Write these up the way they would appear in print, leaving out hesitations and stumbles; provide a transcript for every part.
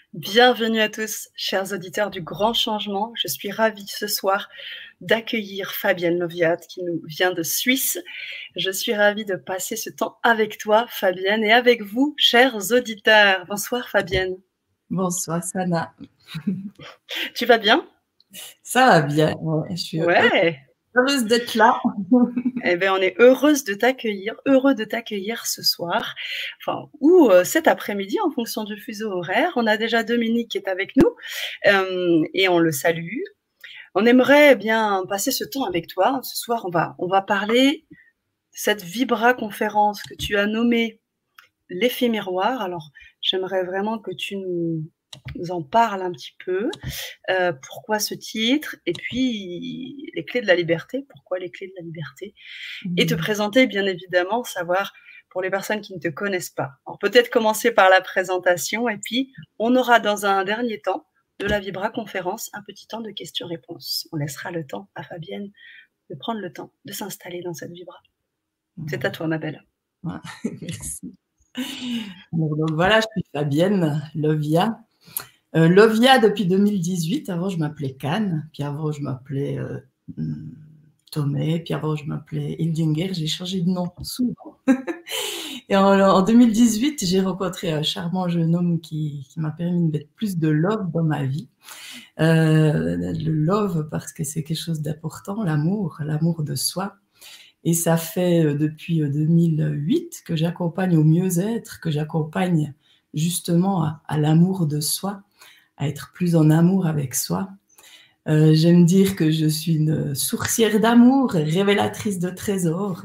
Bienvenue à tous, chers auditeurs du Grand Changement. Je suis ravie ce soir d'accueillir Fabienne Loviat qui nous vient de Suisse. Je suis ravie de passer ce temps avec toi, Fabienne, et avec vous, chers auditeurs. Bonsoir, Fabienne. Bonsoir, Sana. Tu vas bien? Ça va bien, ouais, je suis Ouais. heureuse d'être là. Eh bien, on est heureux de t'accueillir ce soir, enfin, ou cet après-midi en fonction du fuseau horaire. On a déjà Dominique qui est avec nous et on le salue. On aimerait bien passer ce temps avec toi. Ce soir, on va parler de cette Vibra conférence que tu as nommée l'effet miroir. Alors, j'aimerais vraiment que tu nous en parles un petit peu. Pourquoi ce titre? Et puis, les clés de la liberté. Pourquoi les clés de la liberté? Et te présenter, bien évidemment, savoir pour les personnes qui ne te connaissent pas. Alors, peut-être commencer par la présentation et puis on aura dans un dernier temps de la Vibra conférence un petit temps de questions-réponses. On laissera le temps à Fabienne de prendre le temps de s'installer dans cette Vibra. C'est à toi, ma belle. Ouais, merci. Alors, donc voilà, je suis Fabienne Lovia. Lovia depuis 2018. Avant, je m'appelais Cannes. Puis avant, je m'appelais Tomé. Puis avant, je m'appelais Hildinger. J'ai changé de nom souvent. Et en 2018, j'ai rencontré un charmant jeune homme qui m'a permis de mettre plus de love dans ma vie. Le love parce que c'est quelque chose d'important, l'amour de soi. Et ça fait depuis 2008 que j'accompagne au mieux-être, que j'accompagne justement à l'amour de soi, à être plus en amour avec soi. J'aime dire que je suis une sourcière d'amour, révélatrice de trésors.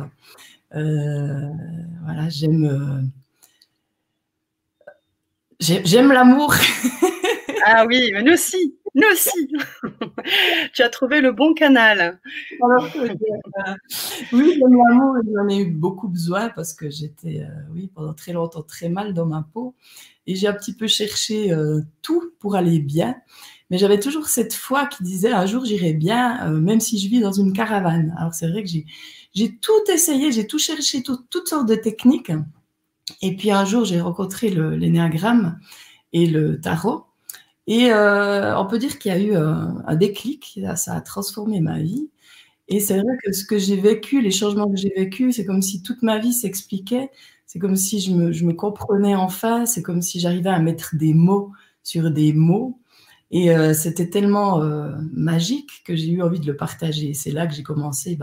Voilà, j'aime l'amour. Ah oui, mais nous aussi. Tu as trouvé le bon canal. Oui, j'aime l'amour, j'en ai eu beaucoup besoin parce que j'étais, pendant très longtemps très mal dans ma peau et j'ai un petit peu cherché tout pour aller bien. Mais j'avais toujours cette foi qui disait un jour j'irai bien, même si je vis dans une caravane. Alors c'est vrai que j'ai tout essayé, j'ai tout cherché, toutes sortes de techniques. Et puis un jour j'ai rencontré l'énéagramme et le tarot. Et on peut dire qu'il y a eu un déclic, ça a transformé ma vie. Et c'est vrai que ce que j'ai vécu, les changements que j'ai vécus, c'est comme si toute ma vie s'expliquait. C'est comme si je me comprenais enfin. C'est comme si j'arrivais à mettre des mots sur des mots. Et c'était tellement magique que j'ai eu envie de le partager. C'est là que j'ai commencé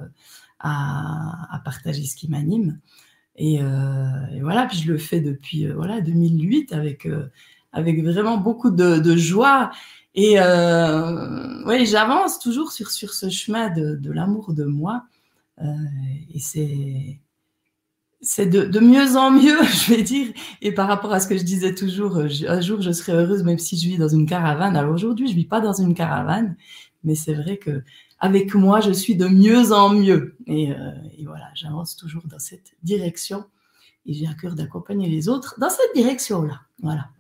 à partager ce qui m'anime. Et voilà, puis je le fais depuis 2008 avec vraiment beaucoup de joie. Et j'avance toujours sur ce chemin de l'amour de moi. Et c'est de mieux en mieux, je vais dire. Et par rapport à ce que je disais toujours, un jour je serai heureuse même si je vis dans une caravane. Alors aujourd'hui, je vis pas dans une caravane, mais c'est vrai que avec moi, je suis de mieux en mieux. Et voilà, j'avance toujours dans cette direction. Et j'ai à cœur d'accompagner les autres dans cette direction-là. Voilà.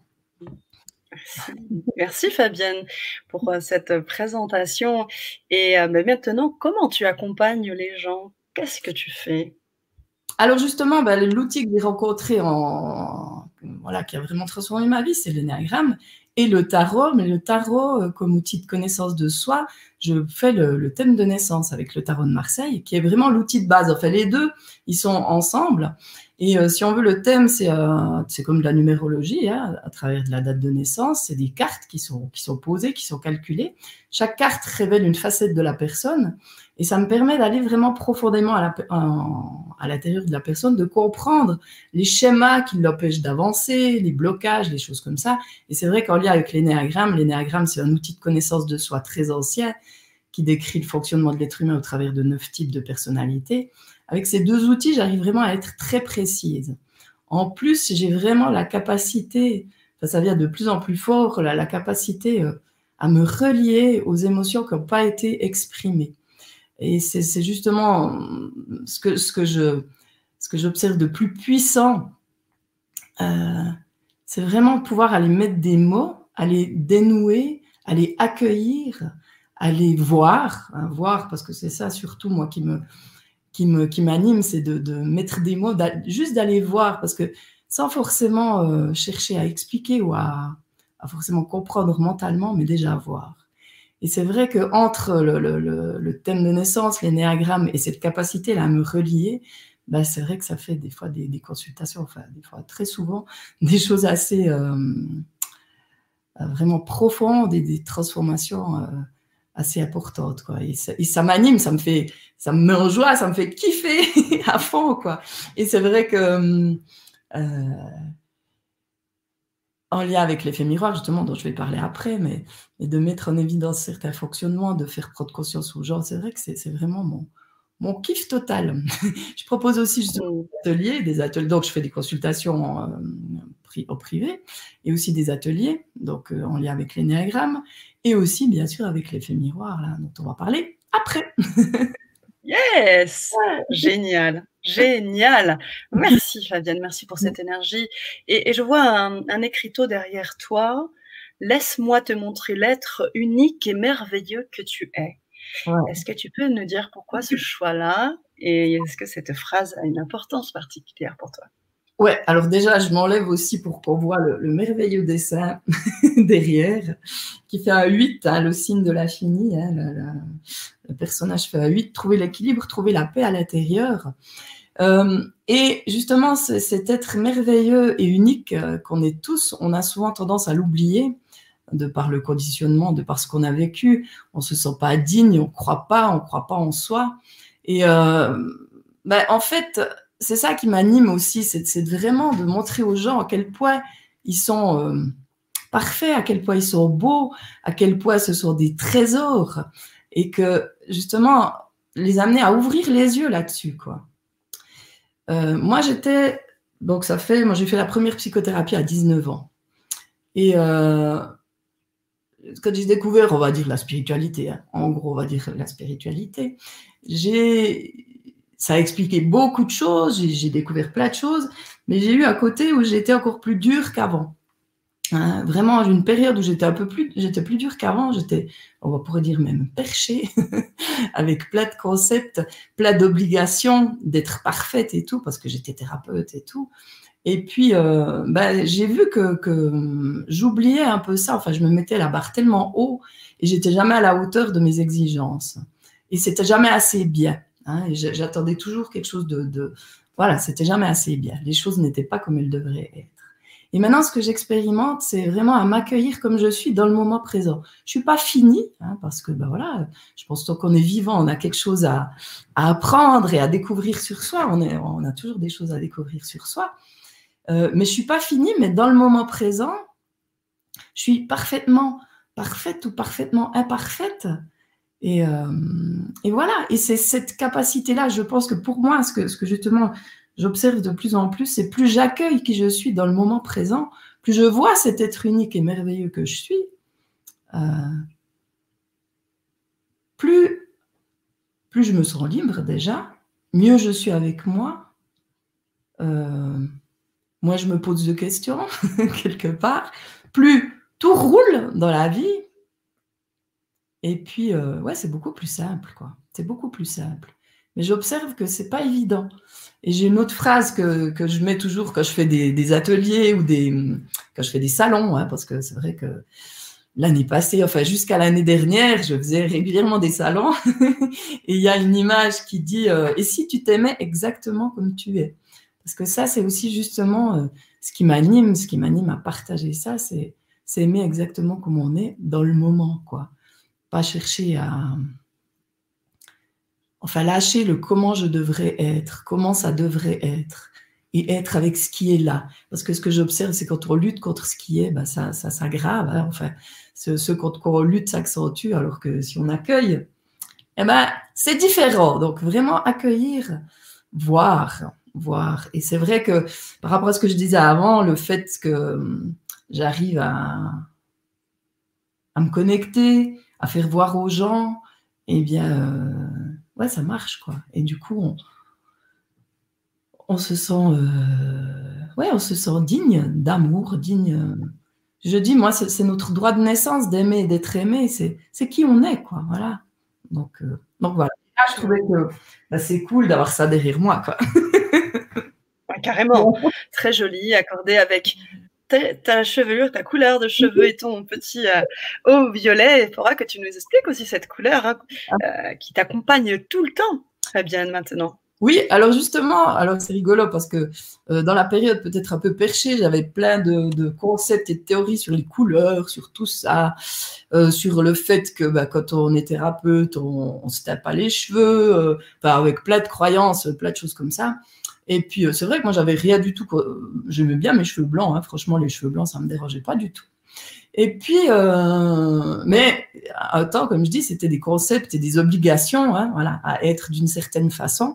Merci Fabienne pour cette présentation. Et maintenant, comment tu accompagnes les gens? Qu'est-ce que tu fais? Alors justement, l'outil que j'ai rencontré qui a vraiment transformé ma vie, c'est l'énéagramme et le tarot. Mais le tarot, comme outil de connaissance de soi, je fais le thème de naissance avec le tarot de Marseille, qui est vraiment l'outil de base. Enfin, les deux, ils sont ensemble. Et si on veut, le thème, c'est comme de la numérologie, hein, à travers de la date de naissance. C'est des cartes qui sont posées, qui sont calculées. Chaque carte révèle une facette de la personne. Et ça me permet d'aller vraiment profondément à l'intérieur de la personne, de comprendre les schémas qui l'empêchent d'avancer, les blocages, les choses comme ça. Et c'est vrai qu'en lien avec l'énéagramme, c'est un outil de connaissance de soi très ancien qui décrit le fonctionnement de l'être humain au travers de 9 types de personnalités. Avec ces deux outils, j'arrive vraiment à être très précise. En plus, j'ai vraiment la capacité, ça vient de plus en plus fort, la capacité à me relier aux émotions qui n'ont pas été exprimées. Et c'est justement ce que j'observe de plus puissant. C'est vraiment pouvoir aller mettre des mots, aller dénouer, aller accueillir, aller voir, parce que c'est ça surtout moi qui m'anime, c'est de mettre des mots, juste d'aller voir, parce que sans forcément chercher à expliquer ou à à forcément comprendre mentalement, mais déjà voir. Et c'est vrai qu'entre le thème de naissance, l'énéagramme et cette capacité-là à me relier, bah, c'est vrai que ça fait des fois des consultations, enfin des fois très souvent, des choses assez vraiment profondes et des transformations assez importantes, quoi. Et ça m'anime, ça me met en joie, ça me fait kiffer à fond, quoi. Et c'est vrai que en lien avec l'effet miroir, justement, dont je vais parler après, mais de mettre en évidence certains fonctionnements, de faire prendre conscience aux gens, c'est vrai que c'est vraiment mon kiff total. Je propose aussi justement des ateliers, donc je fais des consultations au privé, et aussi des ateliers, donc en lien avec l'énéagramme, et aussi, bien sûr, avec l'effet miroir, là, dont on va parler après. Yes! Génial, génial. Merci Fabienne, merci pour cette énergie. Et je vois un écriteau derrière toi. Laisse-moi te montrer l'être unique et merveilleux que tu es. Ouais. Est-ce que tu peux nous dire pourquoi ce choix-là? Et est-ce que cette phrase a une importance particulière pour toi? Ouais, alors déjà, je m'enlève aussi pour qu'on voit le merveilleux dessin derrière, qui fait un 8, hein, le signe de l'infini. Hein, le personnage fait un 8, trouver l'équilibre, trouver la paix à l'intérieur. Et justement, cet être merveilleux et unique qu'on est tous, on a souvent tendance à l'oublier de par le conditionnement, de par ce qu'on a vécu. On ne se sent pas digne, on ne croit pas en soi. Et en fait, c'est ça qui m'anime aussi, c'est vraiment de montrer aux gens à quel point ils sont parfaits, à quel point ils sont beaux, à quel point ce sont des trésors, et que justement, les amener à ouvrir les yeux là-dessus, quoi. Moi, j'ai fait la première psychothérapie à 19 ans. Et quand j'ai découvert, on va dire, la spiritualité, hein, en gros, on va dire la spiritualité, ça a expliqué beaucoup de choses, j'ai découvert plein de choses, mais j'ai eu un côté où j'étais encore plus dure qu'avant. Hein, vraiment, une période où j'étais plus dure qu'avant, on pourrait dire même perchée, avec plein de concepts, plein d'obligations d'être parfaite et tout, parce que j'étais thérapeute et tout. Et puis, j'ai vu que j'oubliais un peu ça. Enfin, je me mettais la barre tellement haut et j'étais jamais à la hauteur de mes exigences. Et c'était jamais assez bien. Hein, et j'attendais toujours quelque chose voilà, c'était jamais assez bien. Les choses n'étaient pas comme elles devraient être. Et maintenant, ce que j'expérimente, c'est vraiment à m'accueillir comme je suis dans le moment présent. Je suis pas finie, hein, parce que voilà, je pense que tant qu'on est vivant, on a quelque chose à apprendre et à découvrir sur soi. On a toujours des choses à découvrir sur soi. Mais je suis pas finie, mais dans le moment présent, je suis parfaitement parfaite ou parfaitement imparfaite. Et voilà. Et c'est cette capacité-là, je pense que pour moi, ce que justement j'observe de plus en plus, c'est plus j'accueille qui je suis dans le moment présent, plus je vois cet être unique et merveilleux que je suis, plus je me sens libre déjà, mieux je suis avec moi. Moi, je me pose de questions, quelque part. Plus tout roule dans la vie. Et puis, c'est beaucoup plus simple, quoi. C'est beaucoup plus simple. Mais j'observe que c'est pas évident. Et j'ai une autre phrase que je mets toujours quand je fais des ateliers ou quand je fais des salons, hein, parce que c'est vrai que l'année passée, enfin jusqu'à l'année dernière, je faisais régulièrement des salons. Et il y a une image qui dit « Et si tu t'aimais exactement comme tu es ?» Parce que ça, c'est aussi justement ce qui m'anime à partager ça, c'est aimer exactement comme on est dans le moment, quoi. Pas chercher lâcher le comment je devrais être, comment ça devrait être, et être avec ce qui est là. Parce que ce que j'observe, c'est quand on lutte contre ce qui est, ça s'aggrave. Hein. Enfin, ce contre quoi on lutte s'accentue, alors que si on accueille, c'est différent. Donc, vraiment accueillir, voir. Et c'est vrai que par rapport à ce que je disais avant, le fait que j'arrive à me connecter, à faire voir aux gens, eh bien, ça marche, quoi. Et du coup, on se sent, on se sent digne d'amour, digne. Je dis, moi, c'est notre droit de naissance d'aimer et d'être aimé. C'est qui on est, quoi. Voilà. Donc voilà. Là, je trouvais que c'est cool d'avoir ça derrière moi, quoi. Carrément. Très joli, accordé avec ta chevelure, ta couleur de cheveux et ton petit haut violet. Il faudra que tu nous expliques aussi cette couleur qui t'accompagne tout le temps, Fabienne, maintenant. Oui, alors justement, alors c'est rigolo parce que dans la période peut-être un peu perchée, j'avais plein de concepts et de théories sur les couleurs, sur tout ça, sur le fait que quand on est thérapeute, on se tape pas les cheveux, avec plein de croyances, plein de choses comme ça. Et puis c'est vrai que moi j'avais rien du tout, j'aimais bien mes cheveux blancs, hein, franchement les cheveux blancs ça me dérangeait pas du tout. Et puis, mais autant comme je dis, c'était des concepts et des obligations, hein, voilà, à être d'une certaine façon.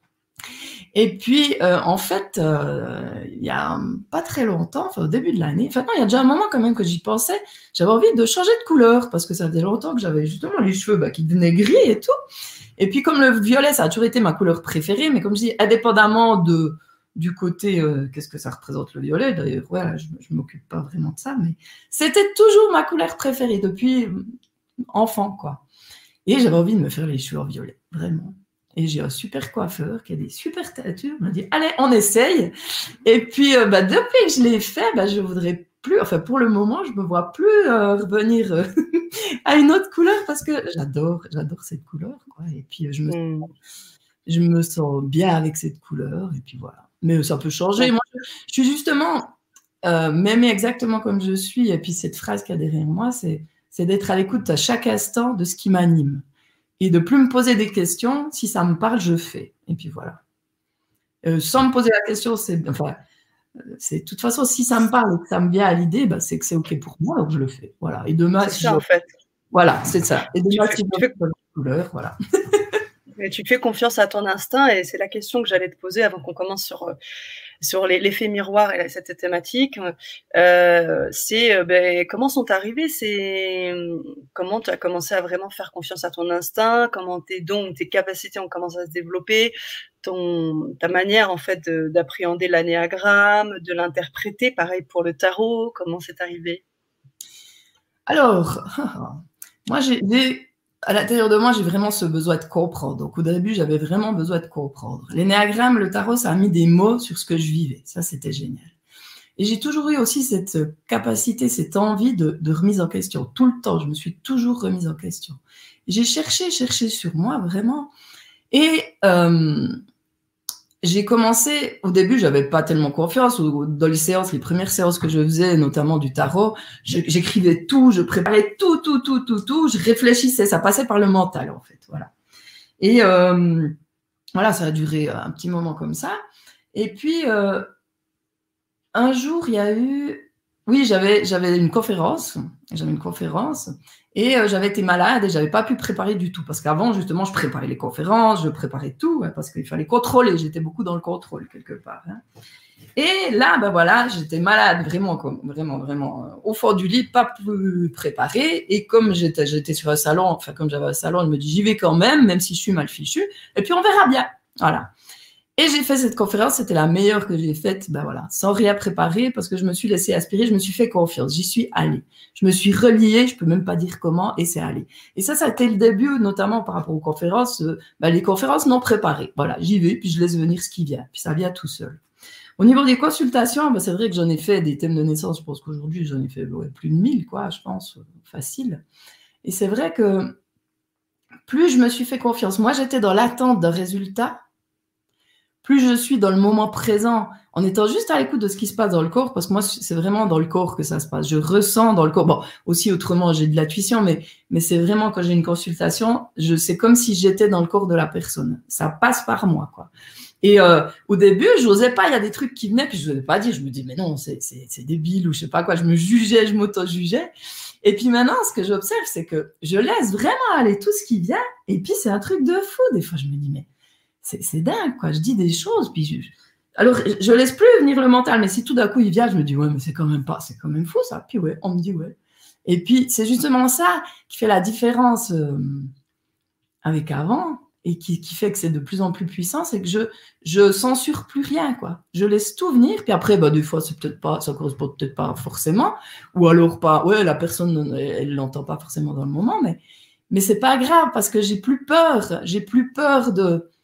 Et puis, en fait, il y a pas très longtemps, enfin au début de l'année, enfin non, il y a déjà un moment quand même que j'y pensais, j'avais envie de changer de couleur parce que ça faisait longtemps que j'avais justement les cheveux qui devenaient gris et tout. Et puis comme le violet, ça a toujours été ma couleur préférée, mais comme je dis, indépendamment du côté, qu'est-ce que ça représente le violet, d'ailleurs, voilà, je ne m'occupe pas vraiment de ça, mais c'était toujours ma couleur préférée depuis enfant, quoi. Et j'avais envie de me faire les cheveux en violet, vraiment. Et j'ai un super coiffeur qui a des super tatous. Il m'a dit, allez, on essaye. Et puis, depuis que je l'ai fait, je voudrais plus, enfin, pour le moment, je me vois plus revenir à une autre couleur parce que j'adore cette couleur, quoi. Et puis, je me sens bien avec cette couleur. Et puis, voilà. Mais ça peut changer. Moi, je suis justement, m'aimer exactement comme je suis. Et puis, cette phrase qu'il y a derrière moi, c'est d'être à l'écoute à chaque instant de ce qui m'anime. Et de plus me poser des questions, si ça me parle, je fais. Et puis voilà. Sans me poser la question, c'est de toute façon, si ça me parle et que ça me vient à l'idée, c'est que c'est OK pour moi, donc je le fais. Voilà. Et demain, c'est ça, en fait. Voilà, c'est ça. Et demain, si je fais la couleur, voilà. Mais tu fais confiance à ton instinct et c'est la question que j'allais te poser avant qu'on commence sur l'effet miroir et cette thématique. C'est comment sont arrivés comment tu as commencé à vraiment faire confiance à ton instinct, comment tes dons, tes capacités ont commencé à se développer, ta manière en fait d'appréhender l'anéagramme, de l'interpréter, pareil pour le tarot, comment c'est arrivé? Alors, moi à l'intérieur de moi, j'ai vraiment ce besoin de comprendre. Donc, au début, j'avais vraiment besoin de comprendre. L'énéagramme, le tarot, ça a mis des mots sur ce que je vivais. Ça, c'était génial. Et j'ai toujours eu aussi cette capacité, cette envie de remise en question. Tout le temps, je me suis toujours remise en question. J'ai cherché sur moi, vraiment. Et j'ai commencé, au début, j'avais pas tellement confiance. Dans les premières séances que je faisais, notamment du tarot, j'écrivais tout, je préparais tout, je réfléchissais, ça passait par le mental, en fait, voilà. Et voilà, ça a duré un petit moment comme ça. Et puis, un jour, il y a eu... Oui, j'avais une conférence. Et j'avais été malade et j'avais pas pu préparer du tout. Parce qu'avant, justement, je préparais les conférences, je préparais tout, parce qu'il fallait contrôler. J'étais beaucoup dans le contrôle, quelque part. Hein. Et là, voilà, j'étais malade, vraiment, au fond du lit, pas plus préparée. Et comme j'étais sur un salon, enfin, comme j'avais un salon, je me dis, j'y vais quand même si je suis mal fichue. Et puis, on verra bien. Voilà. Et j'ai fait cette conférence, c'était la meilleure que j'ai faite, sans rien préparer, parce que je me suis laissée aspirer, je me suis fait confiance, j'y suis allée. Je me suis reliée, je peux même pas dire comment, et c'est allé. Et ça a été le début, notamment par rapport aux conférences, les conférences non préparées. Voilà, j'y vais, puis je laisse venir ce qui vient, puis ça vient tout seul. Au niveau des consultations, c'est vrai que j'en ai fait des thèmes de naissance, je pense qu'aujourd'hui, j'en ai fait plus de 1000, quoi, je pense, facile. Et c'est vrai que plus je me suis fait confiance, moi j'étais dans l'attente d'un résultat, plus je suis dans le moment présent, en étant juste à l'écoute de ce qui se passe dans le corps, parce que moi, c'est vraiment dans le corps que ça se passe. Je ressens dans le corps. Bon, aussi autrement, j'ai de l'intuition, mais c'est vraiment quand j'ai une consultation, c'est comme si j'étais dans le corps de la personne. Ça passe par moi, quoi. Et au début, je n'osais pas. Il y a des trucs qui venaient, puis je n'osais pas dire. Je me dis, mais non, c'est débile ou je sais pas quoi. Je me jugeais, je m'auto-jugeais. Et puis maintenant, ce que j'observe, c'est que je laisse vraiment aller tout ce qui vient. Et puis, c'est un truc de fou. Des fois, je me dis, mais c'est dingue, quoi. Je dis des choses, puis alors, je laisse plus venir le mental, mais si tout d'un coup il vient, je me dis, ouais, mais c'est quand même fou, ça. Puis ouais, on me dit, ouais. Et puis, c'est justement ça qui fait la différence avec avant et qui fait que c'est de plus en plus puissant, c'est que je censure plus rien, quoi. Je laisse tout venir, puis après, des fois, ça correspond peut-être pas forcément, ou alors pas, ouais, la personne, elle l'entend pas forcément dans le moment, mais c'est pas grave, parce que j'ai plus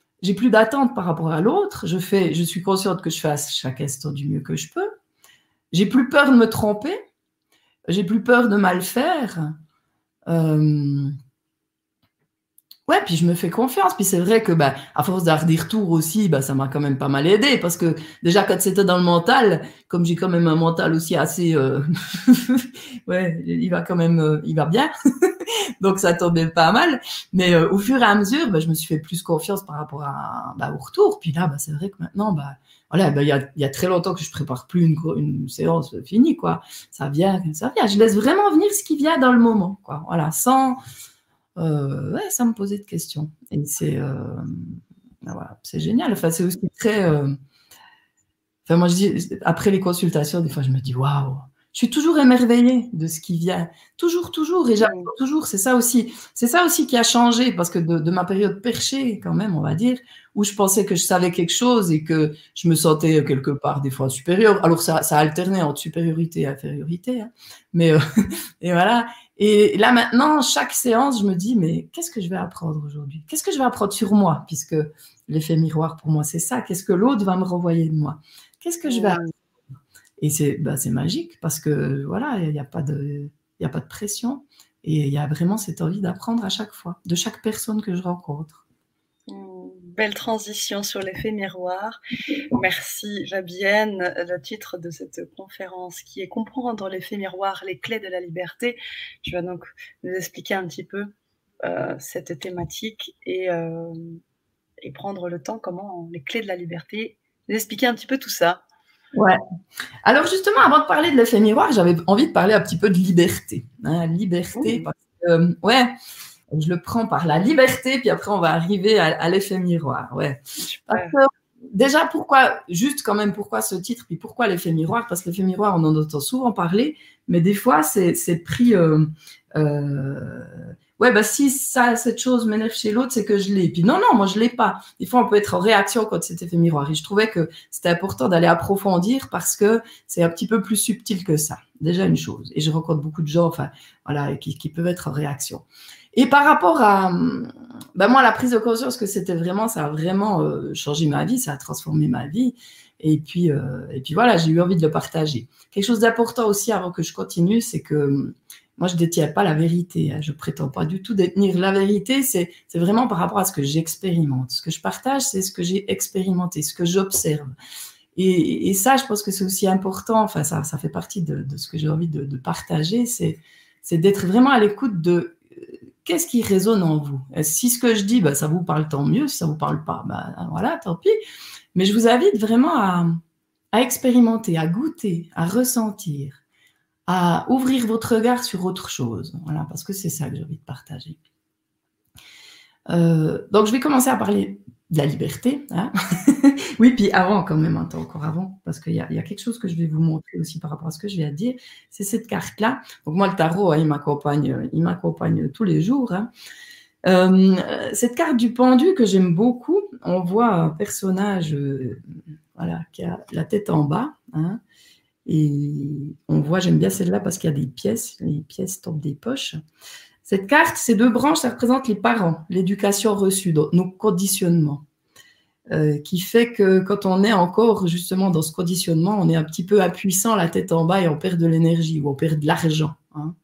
d'attente par rapport à l'autre. Je suis consciente que je fais à chaque instant du mieux que je peux. j'ai plus peur de me tromper, j'ai plus peur de mal faire. Ouais, puis je me fais confiance. Puis c'est vrai que, à force d'avoir des retours aussi, ça m'a quand même pas mal aidé. Parce que déjà, quand c'était dans le mental, comme j'ai quand même un mental aussi assez... ouais, il va bien. Donc, ça tombait pas mal. Mais au fur et à mesure, je me suis fait plus confiance par rapport au retour. Puis là, c'est vrai que maintenant, voilà, il y a très longtemps que je prépare plus une séance finie, quoi. Ça vient. Je laisse vraiment venir ce qui vient dans le moment, quoi. Voilà, sans me poser de questions. Et c'est voilà, c'est génial. Enfin, c'est aussi très... Enfin, moi, je dis, après les consultations, des fois, je me dis, waouh, je suis toujours émerveillée de ce qui vient. Toujours, toujours. Et j'apprends toujours. C'est ça aussi qui a changé, parce que de ma période perchée, quand même, on va dire, où je pensais que je savais quelque chose et que je me sentais quelque part, des fois, supérieure. Alors, ça alternait entre supériorité et infériorité. Hein. Mais, et voilà. Et là, maintenant, chaque séance, je me dis, mais qu'est-ce que je vais apprendre aujourd'hui? Qu'est-ce que je vais apprendre sur moi? Puisque l'effet miroir, pour moi, c'est ça. Qu'est-ce que l'autre va me renvoyer de moi? Qu'est-ce que je vais apprendre? Et c'est magique, parce que voilà, il n'y a pas de pression, et il y a vraiment cette envie d'apprendre à chaque fois, de chaque personne que je rencontre. Belle transition sur l'effet miroir. Merci Fabienne. Le titre de cette conférence qui est Comprendre l'effet miroir, les clés de la liberté. Tu vas donc nous expliquer un petit peu cette thématique et prendre le temps, comment les clés de la liberté, nous expliquer un petit peu tout ça. Ouais. Alors justement, avant de parler de l'effet miroir, j'avais envie de parler un petit peu de liberté. Hein, liberté, parce que, je le prends par la liberté, puis après on va arriver à l'effet miroir. Ouais. Parce que, déjà, pourquoi ce titre, puis pourquoi l'effet miroir? Parce que l'effet miroir, on en entend souvent parler, mais des fois, c'est pris... si cette chose m'énerve chez l'autre, c'est que je l'ai. Puis non, moi, je l'ai pas. Des fois, on peut être en réaction contre cet effet miroir. Et je trouvais que c'était important d'aller approfondir, parce que c'est un petit peu plus subtil que ça. Déjà une chose. Et je rencontre beaucoup de gens, qui peuvent être en réaction. Et par rapport à, moi, la prise de conscience que c'était vraiment, ça a vraiment changé ma vie, ça a transformé ma vie. Et puis voilà, j'ai eu envie de le partager. Quelque chose d'important aussi, avant que je continue, c'est que moi, je ne détiens pas la vérité. Hein. Je ne prétends pas du tout détenir la vérité. C'est vraiment par rapport à ce que j'expérimente. Ce que je partage, c'est ce que j'ai expérimenté, ce que j'observe. Et ça, je pense que c'est aussi important. Enfin, ça fait partie de ce que j'ai envie de partager. C'est d'être vraiment à l'écoute de qu'est-ce qui résonne en vous. Si ce que je dis, ça vous parle, tant mieux. Si ça ne vous parle pas, voilà, tant pis. Mais je vous invite vraiment à expérimenter, à goûter, à ressentir, à ouvrir votre regard sur autre chose. Voilà, parce que c'est ça que j'ai envie de partager. Donc, je vais commencer à parler de la liberté. Hein. Oui, puis avant, quand même, un temps encore avant, parce qu'il y a quelque chose que je vais vous montrer aussi par rapport à ce que je viens de dire. C'est cette carte-là. Donc, moi, le tarot, hein, il m'accompagne tous les jours. Hein. Cette carte du pendu que j'aime beaucoup, on voit un personnage qui a la tête en bas. Hein. Et on voit, j'aime bien celle-là parce qu'il y a des pièces, les pièces tombent des poches. Cette carte, ces deux branches, ça représente les parents, l'éducation reçue, nos conditionnements, qui fait que quand on est encore justement dans ce conditionnement, on est un petit peu impuissant, la tête en bas, et on perd de l'énergie ou on perd de l'argent. Hein.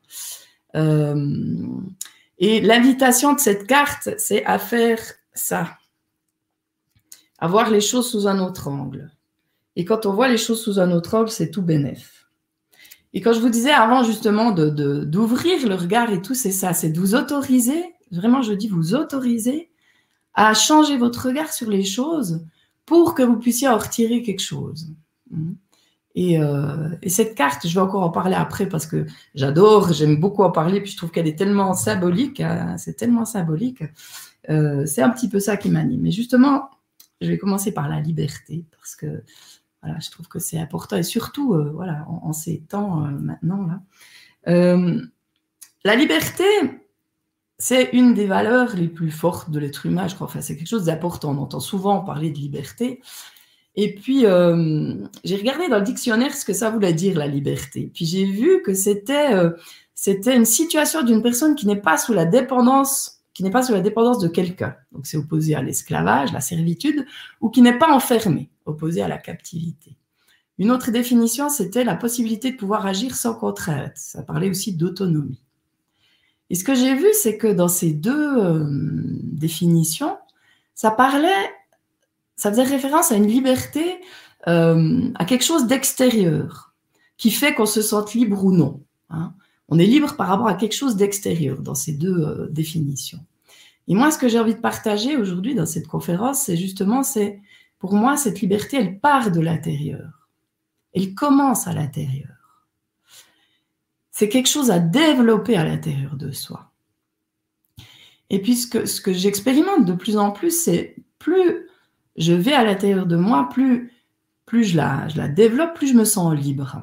Et l'invitation de cette carte, c'est à faire ça, à voir les choses sous un autre angle. Et quand on voit les choses sous un autre angle, c'est tout bénef. Et quand je vous disais avant justement d'ouvrir le regard et tout, c'est ça, c'est de vous autoriser, vraiment je dis vous autoriser à changer votre regard sur les choses pour que vous puissiez en retirer quelque chose. Et cette carte, je vais encore en parler après parce que j'aime beaucoup en parler, puis je trouve qu'elle est tellement symbolique, hein, c'est tellement symbolique. C'est un petit peu ça qui m'anime. Mais justement, je vais commencer par la liberté parce que voilà, je trouve que c'est important et surtout en ces temps maintenant. Là. La liberté, c'est une des valeurs les plus fortes de l'être humain, je crois. Enfin, c'est quelque chose d'important. On entend souvent parler de liberté. Et puis, j'ai regardé dans le dictionnaire ce que ça voulait dire, la liberté. Puis j'ai vu que c'était une situation d'une personne qui n'est pas sous la dépendance de quelqu'un. Donc, c'est opposé à l'esclavage, la servitude, ou qui n'est pas enfermée, opposé à la captivité. Une autre définition, c'était la possibilité de pouvoir agir sans contrainte. Ça parlait aussi d'autonomie. Et ce que j'ai vu, c'est que dans ces deux définitions, ça faisait référence à une liberté, à quelque chose d'extérieur, qui fait qu'on se sente libre ou non. Hein. On est libre par rapport à quelque chose d'extérieur dans ces deux définitions. Et moi, ce que j'ai envie de partager aujourd'hui dans cette conférence, c'est justement, pour moi, cette liberté, elle part de l'intérieur. Elle commence à l'intérieur. C'est quelque chose à développer à l'intérieur de soi. Et puis, ce que j'expérimente de plus en plus, c'est plus je vais à l'intérieur de moi, plus je la développe, plus je me sens libre.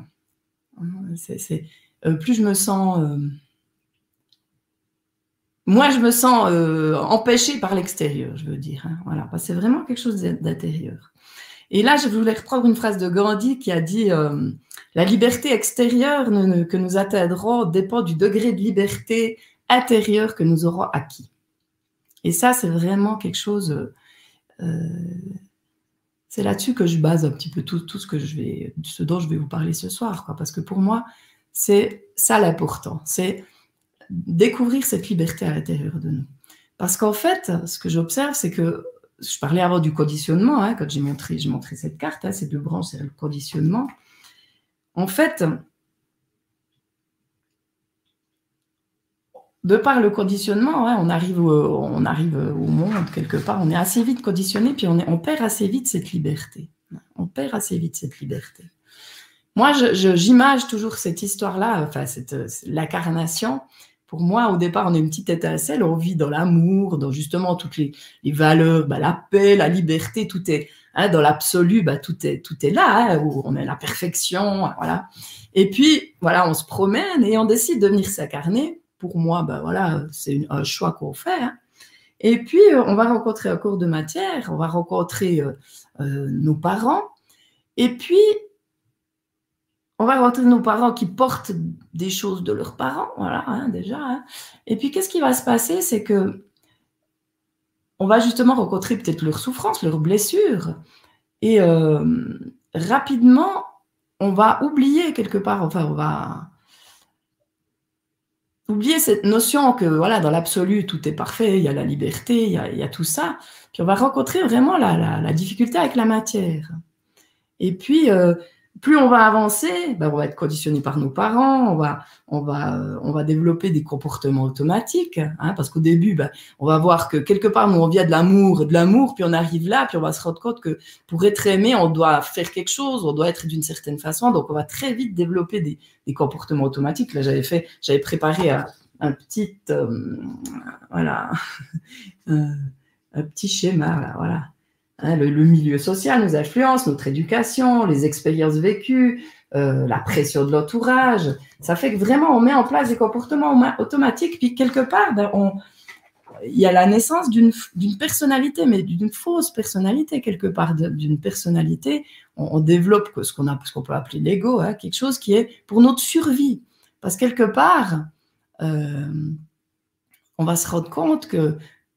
Plus je me sens... moi, je me sens empêchée par l'extérieur, je veux dire. Hein, voilà, c'est vraiment quelque chose d'intérieur. Et là, je voulais reprendre une phrase de Gandhi qui a dit la liberté extérieure que nous atteindrons dépend du degré de liberté intérieure que nous aurons acquis. Et ça, c'est vraiment quelque chose... c'est là-dessus que je base un petit peu tout ce dont je vais vous parler ce soir, quoi, parce que pour moi, c'est ça l'important, c'est découvrir cette liberté à l'intérieur de nous. Parce qu'en fait, ce que j'observe, c'est que, je parlais avant du conditionnement, hein, quand j'ai montré cette carte, hein, ces deux branches, c'est le conditionnement. En fait, de par le conditionnement, hein, on arrive au monde quelque part, on est assez vite conditionné, puis on perd assez vite cette liberté. On perd assez vite cette liberté. Moi, j'image toujours cette histoire-là, enfin, l'incarnation. Pour moi, au départ, on est une petite étincelle, on vit dans l'amour, dans justement toutes les valeurs, la paix, la liberté, tout est hein, dans l'absolu, tout est là, hein, où on est la perfection, voilà. Et puis, voilà, on se promène et on décide de venir s'incarner. Pour moi, voilà, c'est un choix qu'on fait. Hein. Et puis, on va rencontrer un cours de matière, on va rencontrer nos parents, et puis on va rencontrer nos parents qui portent des choses de leurs parents, voilà, hein, déjà. Hein. Et puis, qu'est-ce qui va se passer? C'est que on va justement rencontrer peut-être leurs souffrances, leurs blessures. Et rapidement, on va oublier quelque part, enfin, on va oublier cette notion que, voilà, dans l'absolu, tout est parfait, il y a la liberté, il y a tout ça. Puis, on va rencontrer vraiment la difficulté avec la matière. Et puis, plus on va avancer, on va être conditionné par nos parents, on va développer des comportements automatiques, hein, parce qu'au début, on va voir que quelque part, nous, on vient de l'amour, puis on arrive là, puis on va se rendre compte que pour être aimé, on doit faire quelque chose, on doit être d'une certaine façon, donc on va très vite développer des comportements automatiques. Là, j'avais préparé un petit, voilà, un petit schéma, là, voilà. Hein, le milieu social nous influence, notre éducation, les expériences vécues, la pression de l'entourage. Ça fait que vraiment, on met en place des comportements automatiques. Puis quelque part, il y a la naissance d'une personnalité, mais d'une fausse personnalité quelque part, d'une personnalité. On développe ce qu'on peut appeler l'ego, hein, quelque chose qui est pour notre survie. Parce que quelque part, on va se rendre compte que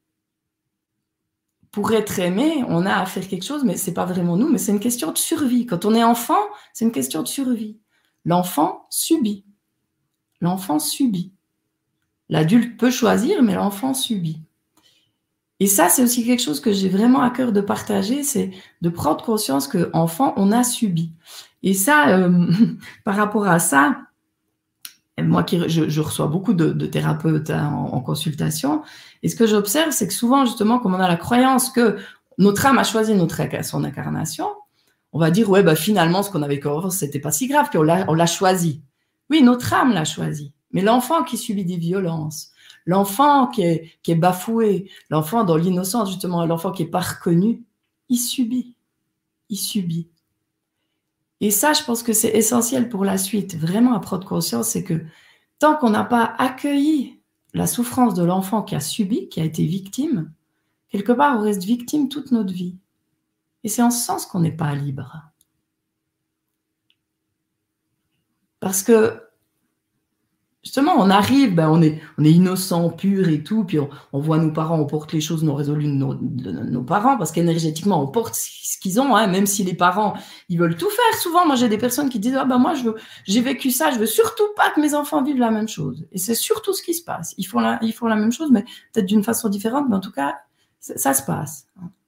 pour être aimé, on a à faire quelque chose, mais ce n'est pas vraiment nous, mais c'est une question de survie. Quand on est enfant, c'est une question de survie. L'enfant subit. L'enfant subit. L'adulte peut choisir, mais l'enfant subit. Et ça, c'est aussi quelque chose que j'ai vraiment à cœur de partager, c'est de prendre conscience qu'enfant, on a subi. Et ça, par rapport à ça, moi, je reçois beaucoup de thérapeutes hein, en consultation, et ce que j'observe, c'est que souvent, justement, comme on a la croyance que notre âme a choisi son incarnation, on va dire, ouais, finalement, ce qu'on avait comme c'était pas si grave, puis on l'a choisi. Oui, notre âme l'a choisi, mais l'enfant qui subit des violences, l'enfant qui est bafoué, l'enfant dans l'innocence, justement, l'enfant qui n'est pas reconnu, il subit. Il subit. Et ça, je pense que c'est essentiel pour la suite, vraiment à prendre conscience, c'est que tant qu'on n'a pas accueilli la souffrance de l'enfant qui a subi, qui a été victime, quelque part, on reste victime toute notre vie. Et c'est en ce sens qu'on n'est pas libre. Parce que justement, on arrive, on est innocent, pur et tout, puis on voit nos parents, on porte les choses non résolues de nos parents, parce qu'énergétiquement, on porte ce qu'ils ont, hein, même si les parents, ils veulent tout faire. Souvent, moi, j'ai des personnes qui disent, moi, j'ai vécu ça, je veux surtout pas que mes enfants vivent la même chose. Et c'est surtout ce qui se passe. Ils font la même chose, mais peut-être d'une façon différente, mais en tout cas, ça se passe.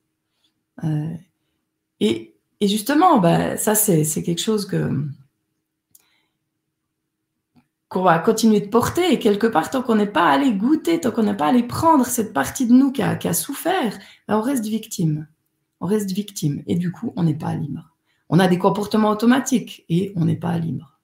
Et justement, ça, c'est quelque chose qu'on va continuer de porter, et quelque part, tant qu'on n'est pas allé goûter, tant qu'on n'est pas allé prendre cette partie de nous qui a souffert, on reste victime. On reste victime, et du coup, on n'est pas libre. On a des comportements automatiques, et on n'est pas libre.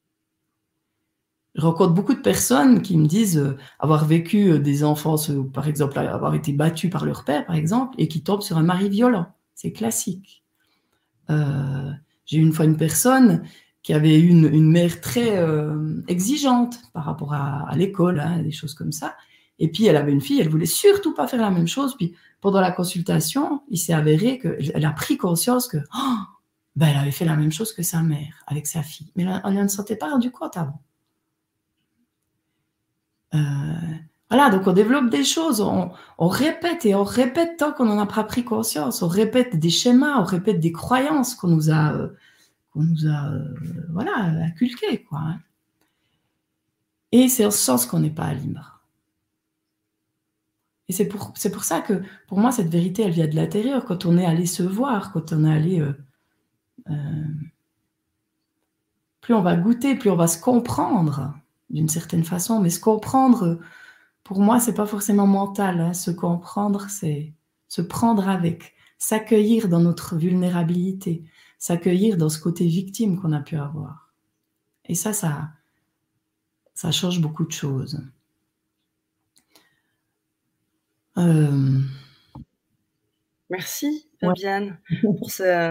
Je rencontre beaucoup de personnes qui me disent avoir vécu des enfances, par exemple, avoir été battues par leur père, par exemple, et qui tombent sur un mari violent. C'est classique. J'ai eu une fois une personne qui avait une mère très exigeante par rapport à l'école, hein, des choses comme ça. Et puis, elle avait une fille, elle voulait surtout pas faire la même chose. Puis, pendant la consultation, il s'est avéré qu'elle a pris conscience que elle avait fait la même chose que sa mère avec sa fille. Mais elle ne s'était pas rendu compte avant. Voilà, donc on développe des choses, on répète et on répète tant qu'on n'en a pas pris conscience. On répète des schémas, on répète des croyances qu'on nous a inculquées, quoi. Hein. Et c'est en ce sens qu'on n'est pas libre. Et c'est pour ça que, pour moi, cette vérité, elle vient de l'intérieur. Quand on est allé se voir, quand on est allé... plus on va goûter, plus on va se comprendre, d'une certaine façon. Mais se comprendre, pour moi, c'est pas forcément mental. Hein. Se comprendre, c'est se prendre avec, s'accueillir dans notre vulnérabilité, s'accueillir dans ce côté victime qu'on a pu avoir. Et ça change beaucoup de choses. Merci, Fabienne, pour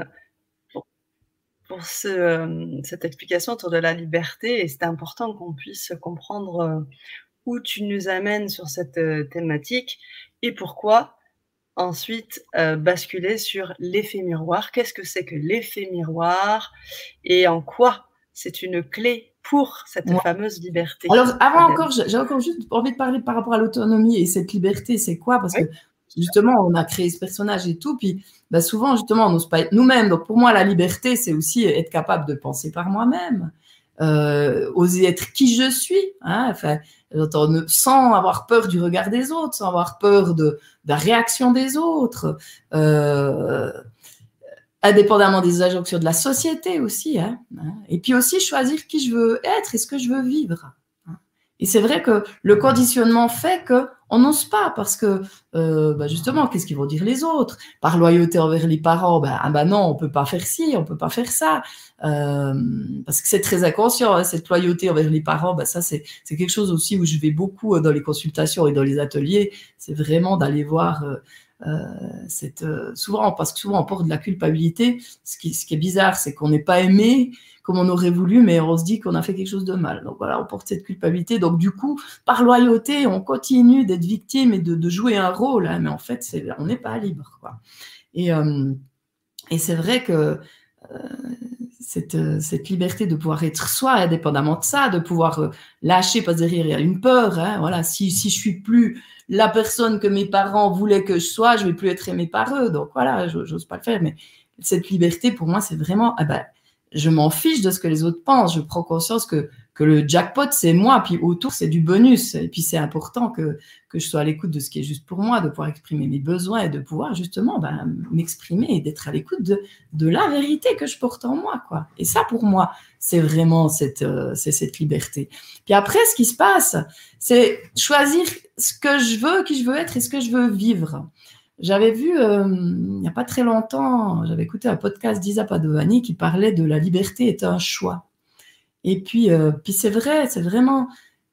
cette explication autour de la liberté. Et c'est important qu'on puisse comprendre où tu nous amènes sur cette thématique et pourquoi ensuite basculer sur l'effet miroir. Qu'est-ce que c'est que l'effet miroir et en quoi c'est une clé pour cette fameuse liberté? Alors, j'ai encore juste envie de parler par rapport à l'autonomie et cette liberté, c'est quoi? Parce que justement, on a créé ce personnage et tout, puis souvent, justement, on n'ose pas être nous-mêmes. Donc, pour moi, la liberté, c'est aussi être capable de penser par moi-même, oser être qui je suis, hein, sans avoir peur du regard des autres, sans avoir peur de la réaction des autres, indépendamment des injonctions de la société aussi, hein, et puis aussi choisir qui je veux être et ce que je veux vivre. Et c'est vrai que le conditionnement fait qu'on n'ose pas parce que, justement, qu'est-ce qu'ils vont dire les autres? Par loyauté envers les parents, non, on peut pas faire ci, on peut pas faire ça, parce que c'est très inconscient, hein, cette loyauté envers les parents. Ça, c'est quelque chose aussi où je vais beaucoup dans les consultations et dans les ateliers. C'est vraiment d'aller voir souvent, parce que souvent on porte de la culpabilité. Ce qui est bizarre, c'est qu'on n'est pas aimé comme on aurait voulu, mais on se dit qu'on a fait quelque chose de mal. Donc voilà, on porte cette culpabilité. Donc du coup, par loyauté, on continue d'être victime et de jouer un rôle, hein, mais en fait, on n'est pas libre, quoi. Et c'est vrai que cette liberté de pouvoir être soi, indépendamment de ça, de pouvoir lâcher, parce que derrière il y a une peur. Hein, voilà, si je suis plus la personne que mes parents voulaient que je sois, je vais plus être aimée par eux. Donc voilà, j'ose pas le faire. Mais cette liberté, pour moi, c'est vraiment, je m'en fiche de ce que les autres pensent. Je prends conscience que le jackpot, c'est moi, puis autour, c'est du bonus. Et puis, c'est important que je sois à l'écoute de ce qui est juste pour moi, de pouvoir exprimer mes besoins et de pouvoir justement m'exprimer et d'être à l'écoute de la vérité que je porte en moi, quoi. Et ça, pour moi, c'est vraiment cette liberté. Puis après, ce qui se passe, c'est choisir ce que je veux, qui je veux être et ce que je veux vivre. J'avais vu, il n'y a pas très longtemps, j'avais écouté un podcast d'Isa Padovani qui parlait de la liberté est un choix. Et puis c'est vrai, c'est vraiment...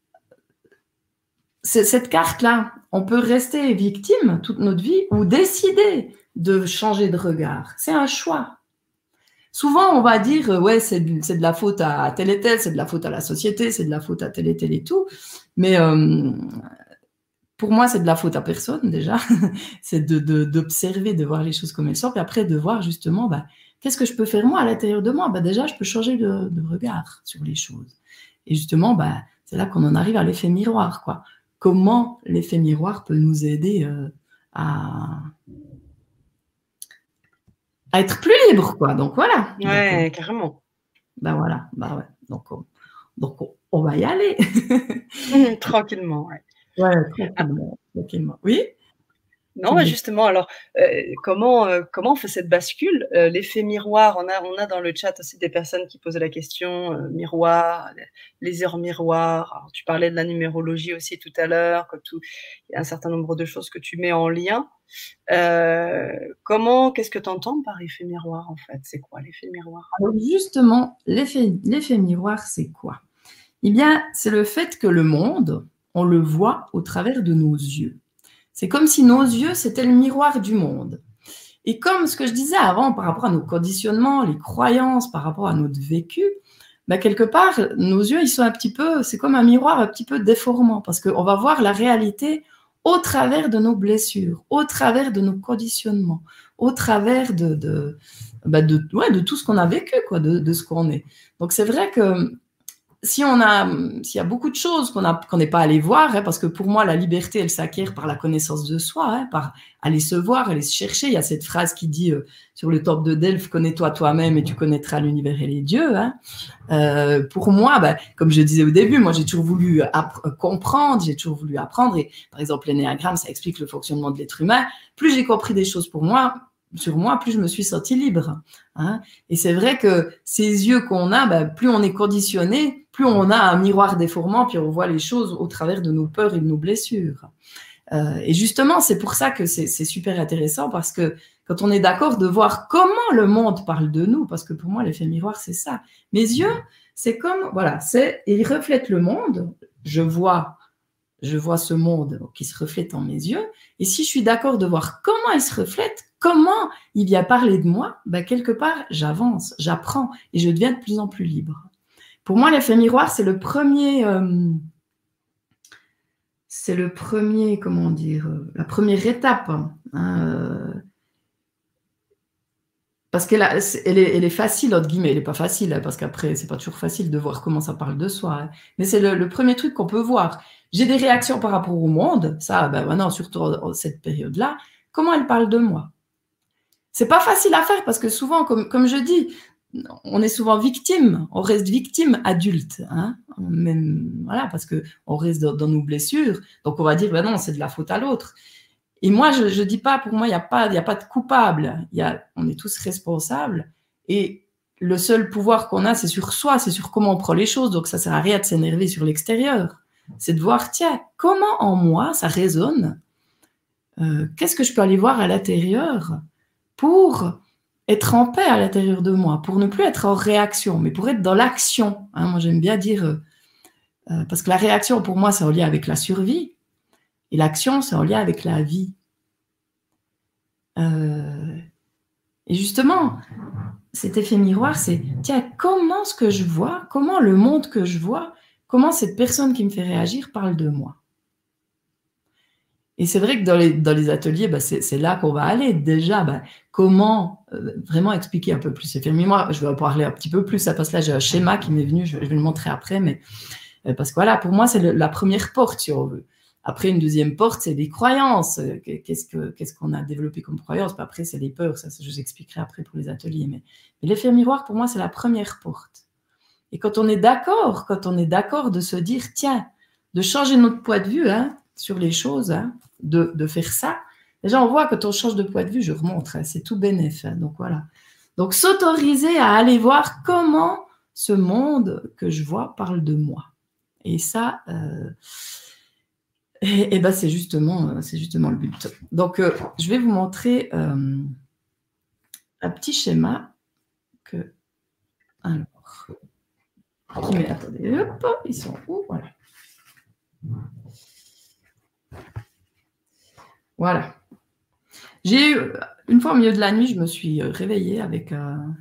Cette carte-là, on peut rester victime toute notre vie ou décider de changer de regard. C'est un choix. Souvent, on va dire, c'est de la faute à tel et tel, c'est de la faute à la société, c'est de la faute à tel et tel et tout. Mais... pour moi, c'est de la faute à personne, déjà. C'est d'observer, de voir les choses comme elles sont, puis après de voir justement, qu'est-ce que je peux faire moi à l'intérieur de moi? Déjà, je peux changer de regard sur les choses. Et justement, c'est là qu'on en arrive à l'effet miroir, quoi. Comment l'effet miroir peut nous aider à être plus libre, quoi. Donc voilà. Ouais, carrément. Ben voilà, bah ouais. Donc on va y aller. Tranquillement, ouais. Ouais, Ah, tranquillement. Oui? non, mais justement, alors, comment on fait cette bascule? L'effet miroir, on a dans le chat aussi des personnes qui posaient la question, miroir, les heures miroirs. Alors tu parlais de la numérologie aussi tout à l'heure, que tout il y a un certain nombre de choses que tu mets en lien. Qu'est-ce que tu entends par effet miroir, en fait? C'est quoi l'effet miroir? Alors justement, l'effet miroir, c'est quoi? Eh bien, c'est le fait que le monde, on le voit au travers de nos yeux. C'est comme si nos yeux, c'était le miroir du monde. Et comme ce que je disais avant par rapport à nos conditionnements, les croyances, par rapport à notre vécu, ben quelque part, nos yeux, ils sont un petit peu, c'est comme un miroir un petit peu déformant, parce qu'on va voir la réalité au travers de nos blessures, au travers de nos conditionnements, au travers de tout ce qu'on a vécu, quoi, de ce qu'on est. Donc c'est vrai que s'il y a beaucoup de choses qu'on n'est pas allé voir, hein, parce que pour moi, la liberté, elle s'acquiert par la connaissance de soi, hein, par aller se voir, aller se chercher. Il y a cette phrase qui dit sur le temple de Delphes, connais-toi toi-même et tu connaîtras l'univers et les dieux. Hein. Pour moi, comme je disais au début, moi, j'ai toujours voulu comprendre, j'ai toujours voulu apprendre. Et par exemple, l'énéagramme, ça explique le fonctionnement de l'être humain. Plus j'ai compris des choses sur moi, plus je me suis sentie libre. Hein. Et c'est vrai que ces yeux qu'on a, plus on est conditionné, plus on a un miroir déformant, puis on voit les choses au travers de nos peurs et de nos blessures. Et justement, c'est pour ça que c'est super intéressant, parce que quand on est d'accord de voir comment le monde parle de nous, parce que pour moi, l'effet miroir, c'est ça. Mes yeux, c'est comme, voilà, ils reflètent le monde. Je vois ce monde qui se reflète en mes yeux. Et si je suis d'accord de voir comment il se reflète, comment il vient parler de moi, quelque part, j'avance, j'apprends et je deviens de plus en plus libre. Pour moi, l'effet miroir, c'est le premier, comment dire, la première étape. Hein, parce qu'elle est facile, entre guillemets. Elle n'est pas facile, hein, parce qu'après, c'est pas toujours facile de voir comment ça parle de soi. Hein. Mais c'est le premier truc qu'on peut voir. J'ai des réactions par rapport au monde. Ça, maintenant, surtout en cette période-là. Comment elle parle de moi? C'est pas facile à faire, parce que souvent, comme je dis, on est souvent victime. On reste victime adulte. Hein, même, voilà, parce qu'on reste dans nos blessures. Donc, on va dire, non, c'est de la faute à l'autre. Et moi, je dis pas, pour moi, il n'y a pas de coupable. On est tous responsables. Et le seul pouvoir qu'on a, c'est sur soi, c'est sur comment on prend les choses. Donc, ça sert à rien de s'énerver sur l'extérieur. C'est de voir, tiens, comment en moi ça résonne? Qu'est-ce que je peux aller voir à l'intérieur pour être en paix à l'intérieur de moi, pour ne plus être en réaction, mais pour être dans l'action. Hein, moi, j'aime bien dire, parce que la réaction, pour moi, c'est en lien avec la survie. Et l'action, c'est en lien avec la vie. Et justement, cet effet miroir, c'est, tiens, comment ce que je vois, comment le monde que je vois, comment cette personne qui me fait réagir parle de moi. Et c'est vrai que dans les ateliers, c'est là qu'on va aller. Déjà, comment vraiment expliquer un peu plus l'effet miroir. Je vais en parler un petit peu plus, parce que là, j'ai un schéma qui m'est venu, je vais le montrer après, mais parce que voilà, pour moi, c'est la première porte, si on veut. Après, une deuxième porte, c'est les croyances. Qu'est-ce qu'on a développé comme croyance? Après, c'est les peurs. Ça, je vous expliquerai après pour les ateliers. Mais l'effet miroir, pour moi, c'est la première porte. Et quand on est d'accord de se dire, tiens, de changer notre point de vue sur les choses, de faire ça, déjà, on voit que quand on change de point de vue, je remonte, c'est tout bénef. Donc, voilà. Donc, s'autoriser à aller voir comment ce monde que je vois parle de moi. Et ça... Et c'est justement le but. Donc, je vais vous montrer un petit schéma que... Alors, attendez, hop, ils sont où? Voilà. Voilà. J'ai eu, une fois au milieu de la nuit, je me suis réveillée avec un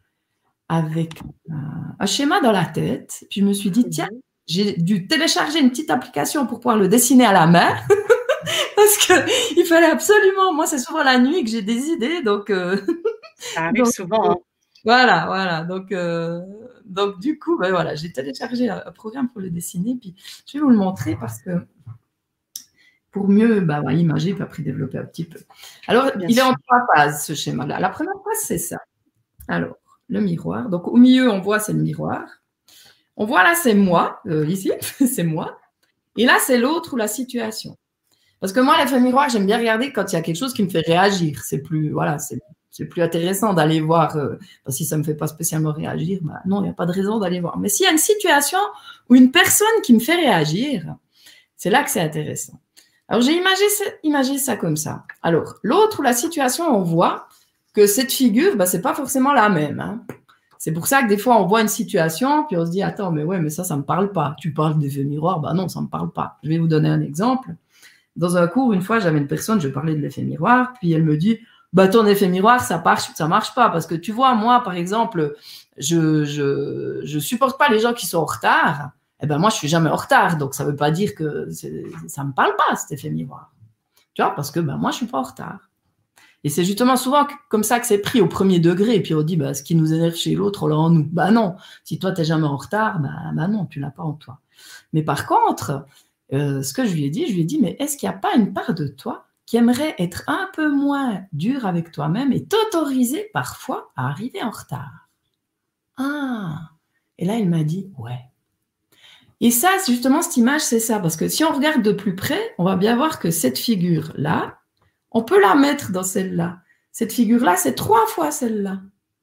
schéma dans la tête. Puis je me suis dit, tiens, j'ai dû télécharger une petite application pour pouvoir le dessiner à la main. Parce qu'il fallait absolument... Moi, c'est souvent la nuit que j'ai des idées, donc... Ça arrive souvent. Hein. Voilà. Donc, Donc, du coup, ben voilà, j'ai téléchargé un programme pour le dessiner. Puis, je vais vous le montrer parce que pour mieux imager, puis après développer un petit peu. Alors, il est en 3 phases, ce schéma-là. La première phase, c'est ça. Alors, le miroir. Donc, au milieu, on voit, c'est le miroir. On voit là, c'est moi. Ici, c'est moi. Et là, c'est l'autre ou la situation. Parce que moi, l'effet miroir, j'aime bien regarder quand il y a quelque chose qui me fait réagir. C'est plus intéressant d'aller voir. Parce que si ça ne me fait pas spécialement réagir, non, il n'y a pas de raison d'aller voir. Mais s'il y a une situation ou une personne qui me fait réagir, c'est là que c'est intéressant. Alors, j'ai imagé ça comme ça. Alors, l'autre ou la situation, on voit que cette figure, ce n'est pas forcément la même. Hein. C'est pour ça que des fois, on voit une situation, puis on se dit, attends, mais ça ne me parle pas. Tu parles d'effet miroir, non, ça ne me parle pas. Je vais vous donner un exemple. Dans un cours, une fois, j'avais une personne, je parlais de l'effet miroir, puis elle me dit, ton effet miroir, ça marche pas, parce que tu vois, moi, par exemple, je supporte pas les gens qui sont en retard. Moi, je suis jamais en retard, donc ça veut pas dire que ça me parle pas, cet effet miroir. Tu vois, parce que moi, je suis pas en retard. Et c'est justement souvent comme ça que c'est pris au premier degré, et puis on dit, ce qui nous énerve chez l'autre, on l'a en nous. Non, si toi, t'es jamais en retard, non, tu l'as pas en toi. Mais par contre, ce que je lui ai dit, mais est-ce qu'il n'y a pas une part de toi qui aimerait être un peu moins dur avec toi-même et t'autoriser parfois à arriver en retard? Ah! Et là, il m'a dit, ouais. Et ça, justement, cette image, c'est ça. Parce que si on regarde de plus près, on va bien voir que cette figure-là, on peut la mettre dans celle-là. Cette figure-là, c'est 3 fois celle-là.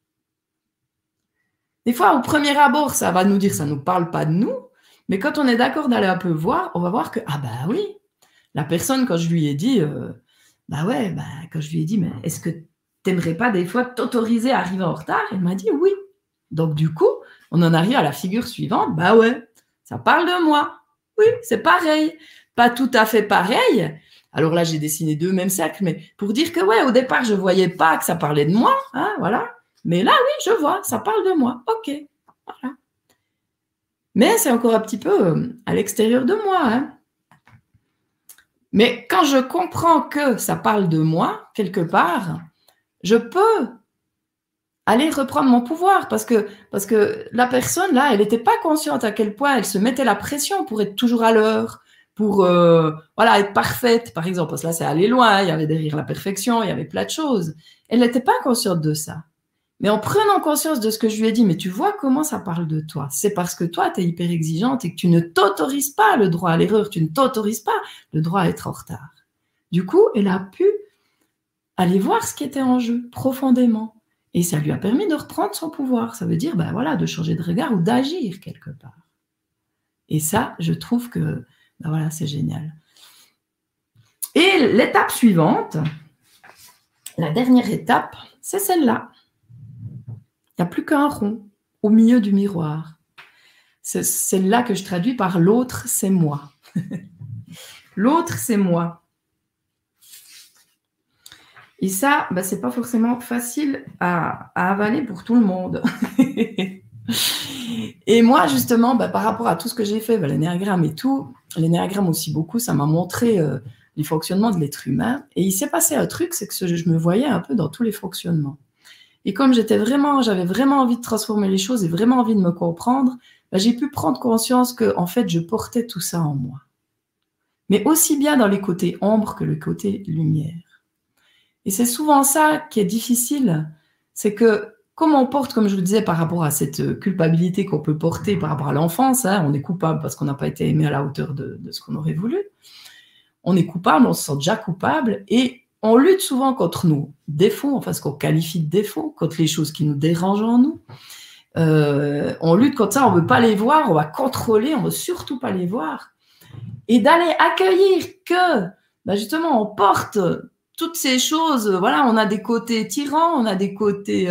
Des fois, au premier abord, ça va nous dire, ça ne nous parle pas de nous. Mais quand on est d'accord d'aller un peu voir, on va voir que, oui, la personne, quand je lui ai dit, quand je lui ai dit, mais est-ce que tu n'aimerais pas des fois t'autoriser à arriver en retard? Elle m'a dit oui. Donc, du coup, on en arrive à la figure suivante. Ouais, ça parle de moi. Oui, c'est pareil. Pas tout à fait pareil. Alors là, j'ai dessiné 2 mêmes cercles, mais pour dire que, au départ, je ne voyais pas que ça parlait de moi. Hein, voilà. Mais là, oui, je vois, ça parle de moi. OK. Voilà. Mais c'est encore un petit peu à l'extérieur de moi. Hein. Mais quand je comprends que ça parle de moi, quelque part, je peux aller reprendre mon pouvoir parce que la personne, là, elle n'était pas consciente à quel point elle se mettait la pression pour être toujours à l'heure, pour être parfaite, par exemple. Parce que là, c'est aller loin, il y avait derrière la perfection, il y avait plein de choses. Elle n'était pas consciente de ça. Mais en prenant conscience de ce que je lui ai dit, mais tu vois comment ça parle de toi. C'est parce que toi, tu es hyper exigeante et que tu ne t'autorises pas le droit à l'erreur, tu ne t'autorises pas le droit à être en retard. Du coup, elle a pu aller voir ce qui était en jeu profondément. Et ça lui a permis de reprendre son pouvoir. Ça veut dire, de changer de regard ou d'agir quelque part. Et ça, je trouve que, c'est génial. Et l'étape suivante, la dernière étape, c'est celle-là. Il n'y a plus qu'un rond au milieu du miroir. C'est celle-là que je traduis par l'autre, c'est moi. L'autre, c'est moi. Et ça, c'est pas forcément facile à avaler pour tout le monde. Et moi, justement, par rapport à tout ce que j'ai fait, l'énéagramme et tout, l'énéagramme aussi beaucoup, ça m'a montré les fonctionnements de l'être humain. Et il s'est passé un truc, c'est que je me voyais un peu dans tous les fonctionnements. Et comme j'avais vraiment envie de transformer les choses et vraiment envie de me comprendre, j'ai pu prendre conscience que, en fait, je portais tout ça en moi. Mais aussi bien dans les côtés ombre que le côté lumière. Et c'est souvent ça qui est difficile, c'est que comme on porte, comme je vous disais, par rapport à cette culpabilité qu'on peut porter par rapport à l'enfance, hein, on est coupable parce qu'on n'a pas été aimé à la hauteur de ce qu'on aurait voulu. On est coupable, on se sent déjà coupable et on lutte souvent contre nos défauts, enfin ce qu'on qualifie de défauts, contre les choses qui nous dérangent en nous. On lutte contre ça, on ne veut pas les voir, on va contrôler, on ne veut surtout pas les voir. Et d'aller accueillir que, justement, on porte toutes ces choses, on a des côtés tyrans, on a des côtés,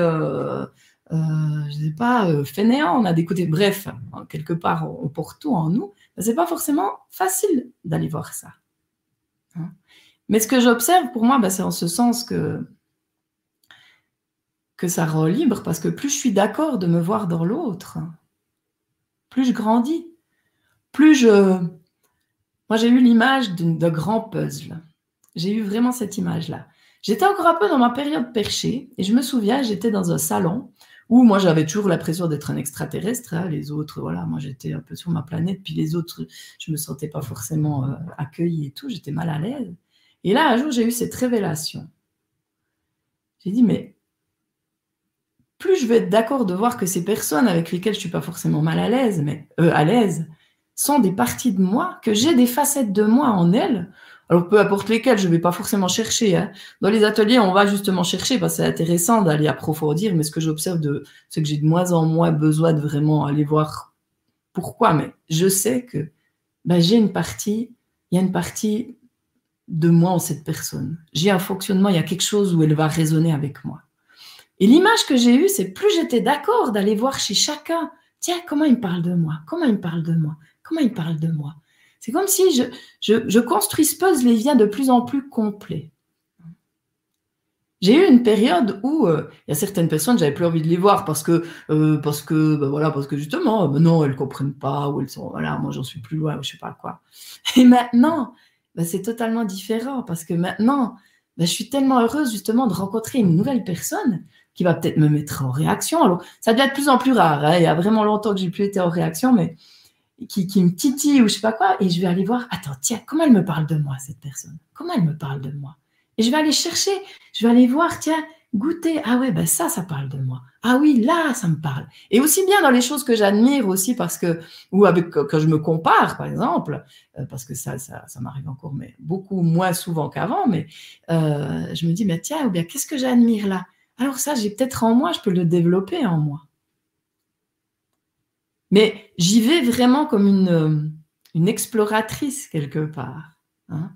fainéants, on a des côtés, bref, quelque part, on porte tout en nous. C'est pas forcément facile d'aller voir ça. Hein. Mais ce que j'observe, pour moi, c'est en ce sens que ça rend libre, parce que plus je suis d'accord de me voir dans l'autre, plus je grandis, Moi, j'ai eu l'image d'un grand puzzle. J'ai eu vraiment cette image-là. J'étais encore un peu dans ma période perchée, et je me souviens, j'étais dans un salon Ou moi, j'avais toujours l'impression d'être un extraterrestre. Hein. Les autres, voilà, moi, j'étais un peu sur ma planète. Puis les autres, je me sentais pas forcément accueillie et tout. J'étais mal à l'aise. Et là, un jour, j'ai eu cette révélation. J'ai dit, mais plus je vais être d'accord de voir que ces personnes avec lesquelles je suis pas forcément mal à l'aise, mais à l'aise, sont des parties de moi, que j'ai des facettes de moi en elles. Alors, peu importe lesquelles, je vais pas forcément chercher. Hein. Dans les ateliers, on va justement chercher, parce que c'est intéressant d'aller approfondir, mais ce que j'observe, c'est que j'ai de moins en moins besoin de vraiment aller voir pourquoi. Mais je sais que j'ai une partie, il y a une partie de moi en cette personne. J'ai un fonctionnement, il y a quelque chose où elle va résonner avec moi. Et l'image que j'ai eue, c'est plus j'étais d'accord d'aller voir chez chacun, tiens, comment il me parle de moi, comment il me parle de moi, comment il me parle de moi. C'est comme si je construis ce puzzle et il devient de plus en plus complet. J'ai eu une période où il y a certaines personnes, j'avais plus envie de les voir parce que justement, non, elles comprennent pas, ou elles sont, voilà, moi j'en suis plus loin, ou je sais pas quoi. Et maintenant, c'est totalement différent parce que maintenant, je suis tellement heureuse justement de rencontrer une nouvelle personne qui va peut-être me mettre en réaction. Alors, ça devient de plus en plus rare. Hein. Il y a vraiment longtemps que j'ai plus été en réaction, mais qui me titille ou je sais pas quoi, et je vais aller voir, attends, tiens, comment elle me parle de moi, cette personne? Comment elle me parle de moi? Et je vais aller chercher, je vais aller voir, tiens, goûter, ah ouais, ça parle de moi. Ah oui, là, ça me parle. Et aussi bien dans les choses que j'admire aussi, parce que, ou avec, quand je me compare, par exemple, parce que ça m'arrive encore, mais beaucoup moins souvent qu'avant, mais je me dis, mais tiens, ou bien, qu'est-ce que j'admire là? Alors ça, j'ai peut-être en moi, je peux le développer en moi. Mais j'y vais vraiment comme une exploratrice quelque part. Hein.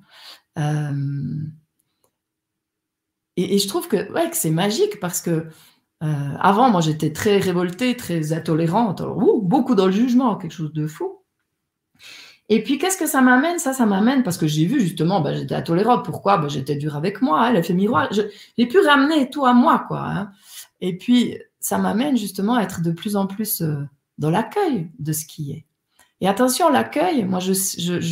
Et je trouve que c'est magique parce que avant, moi, j'étais très révoltée, très intolérante, alors, beaucoup dans le jugement, quelque chose de fou. Et puis, qu'est-ce que ça m'amène? Ça m'amène parce que j'ai vu justement, j'étais intolérante. Pourquoi? J'étais dure avec moi, l'effet miroir. J'ai pu ramener tout à moi, quoi. Hein. Et puis, ça m'amène justement à être de plus en plus dans l'accueil de ce qui est. Et attention, l'accueil, moi, je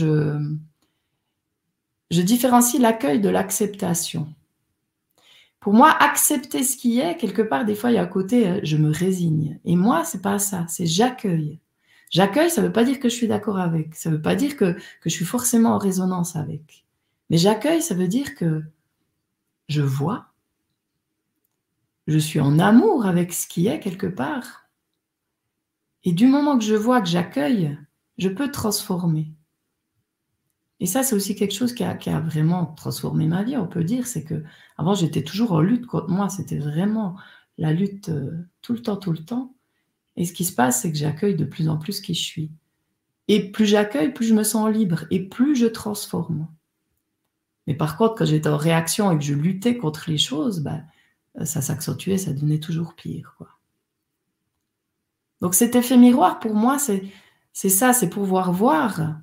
différencie l'accueil de l'acceptation. Pour moi, accepter ce qui est, quelque part, des fois, il y a un côté, je me résigne. Et moi, c'est pas ça, c'est j'accueille. J'accueille, ça veut pas dire que je suis d'accord avec. Ça veut pas dire que je suis forcément en résonance avec. Mais j'accueille, ça veut dire que je vois, je suis en amour avec ce qui est quelque part. Et du moment que je vois que j'accueille, je peux transformer. Et ça, c'est aussi quelque chose qui a vraiment transformé ma vie, on peut dire. C'est que avant, j'étais toujours en lutte contre moi. C'était vraiment la lutte tout le temps, tout le temps. Et ce qui se passe, c'est que j'accueille de plus en plus qui je suis. Et plus j'accueille, plus je me sens libre et plus je transforme. Mais par contre, quand j'étais en réaction et que je luttais contre les choses, ça s'accentuait, ça devenait toujours pire, quoi. Donc cet effet miroir, pour moi, c'est ça, c'est pouvoir voir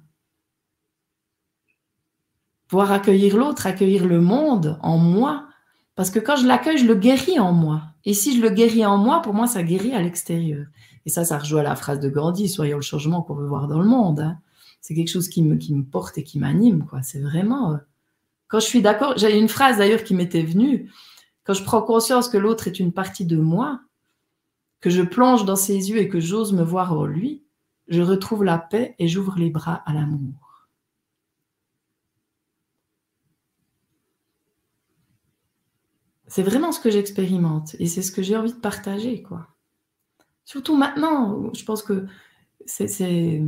accueillir l'autre, accueillir le monde en moi. Parce que quand je l'accueille, je le guéris en moi. Et si je le guéris en moi, pour moi, ça guérit à l'extérieur. Et ça rejoint la phrase de Gandhi, soyons le changement qu'on veut voir dans le monde. Hein. C'est quelque chose qui me porte et qui m'anime, quoi. C'est vraiment... Quand je suis d'accord... J'ai une phrase d'ailleurs qui m'était venue. Quand je prends conscience que l'autre est une partie de moi, que je plonge dans ses yeux et que j'ose me voir en lui, je retrouve la paix et j'ouvre les bras à l'amour. C'est vraiment ce que j'expérimente et c'est ce que j'ai envie de partager, quoi. Surtout maintenant, je pense que c'est...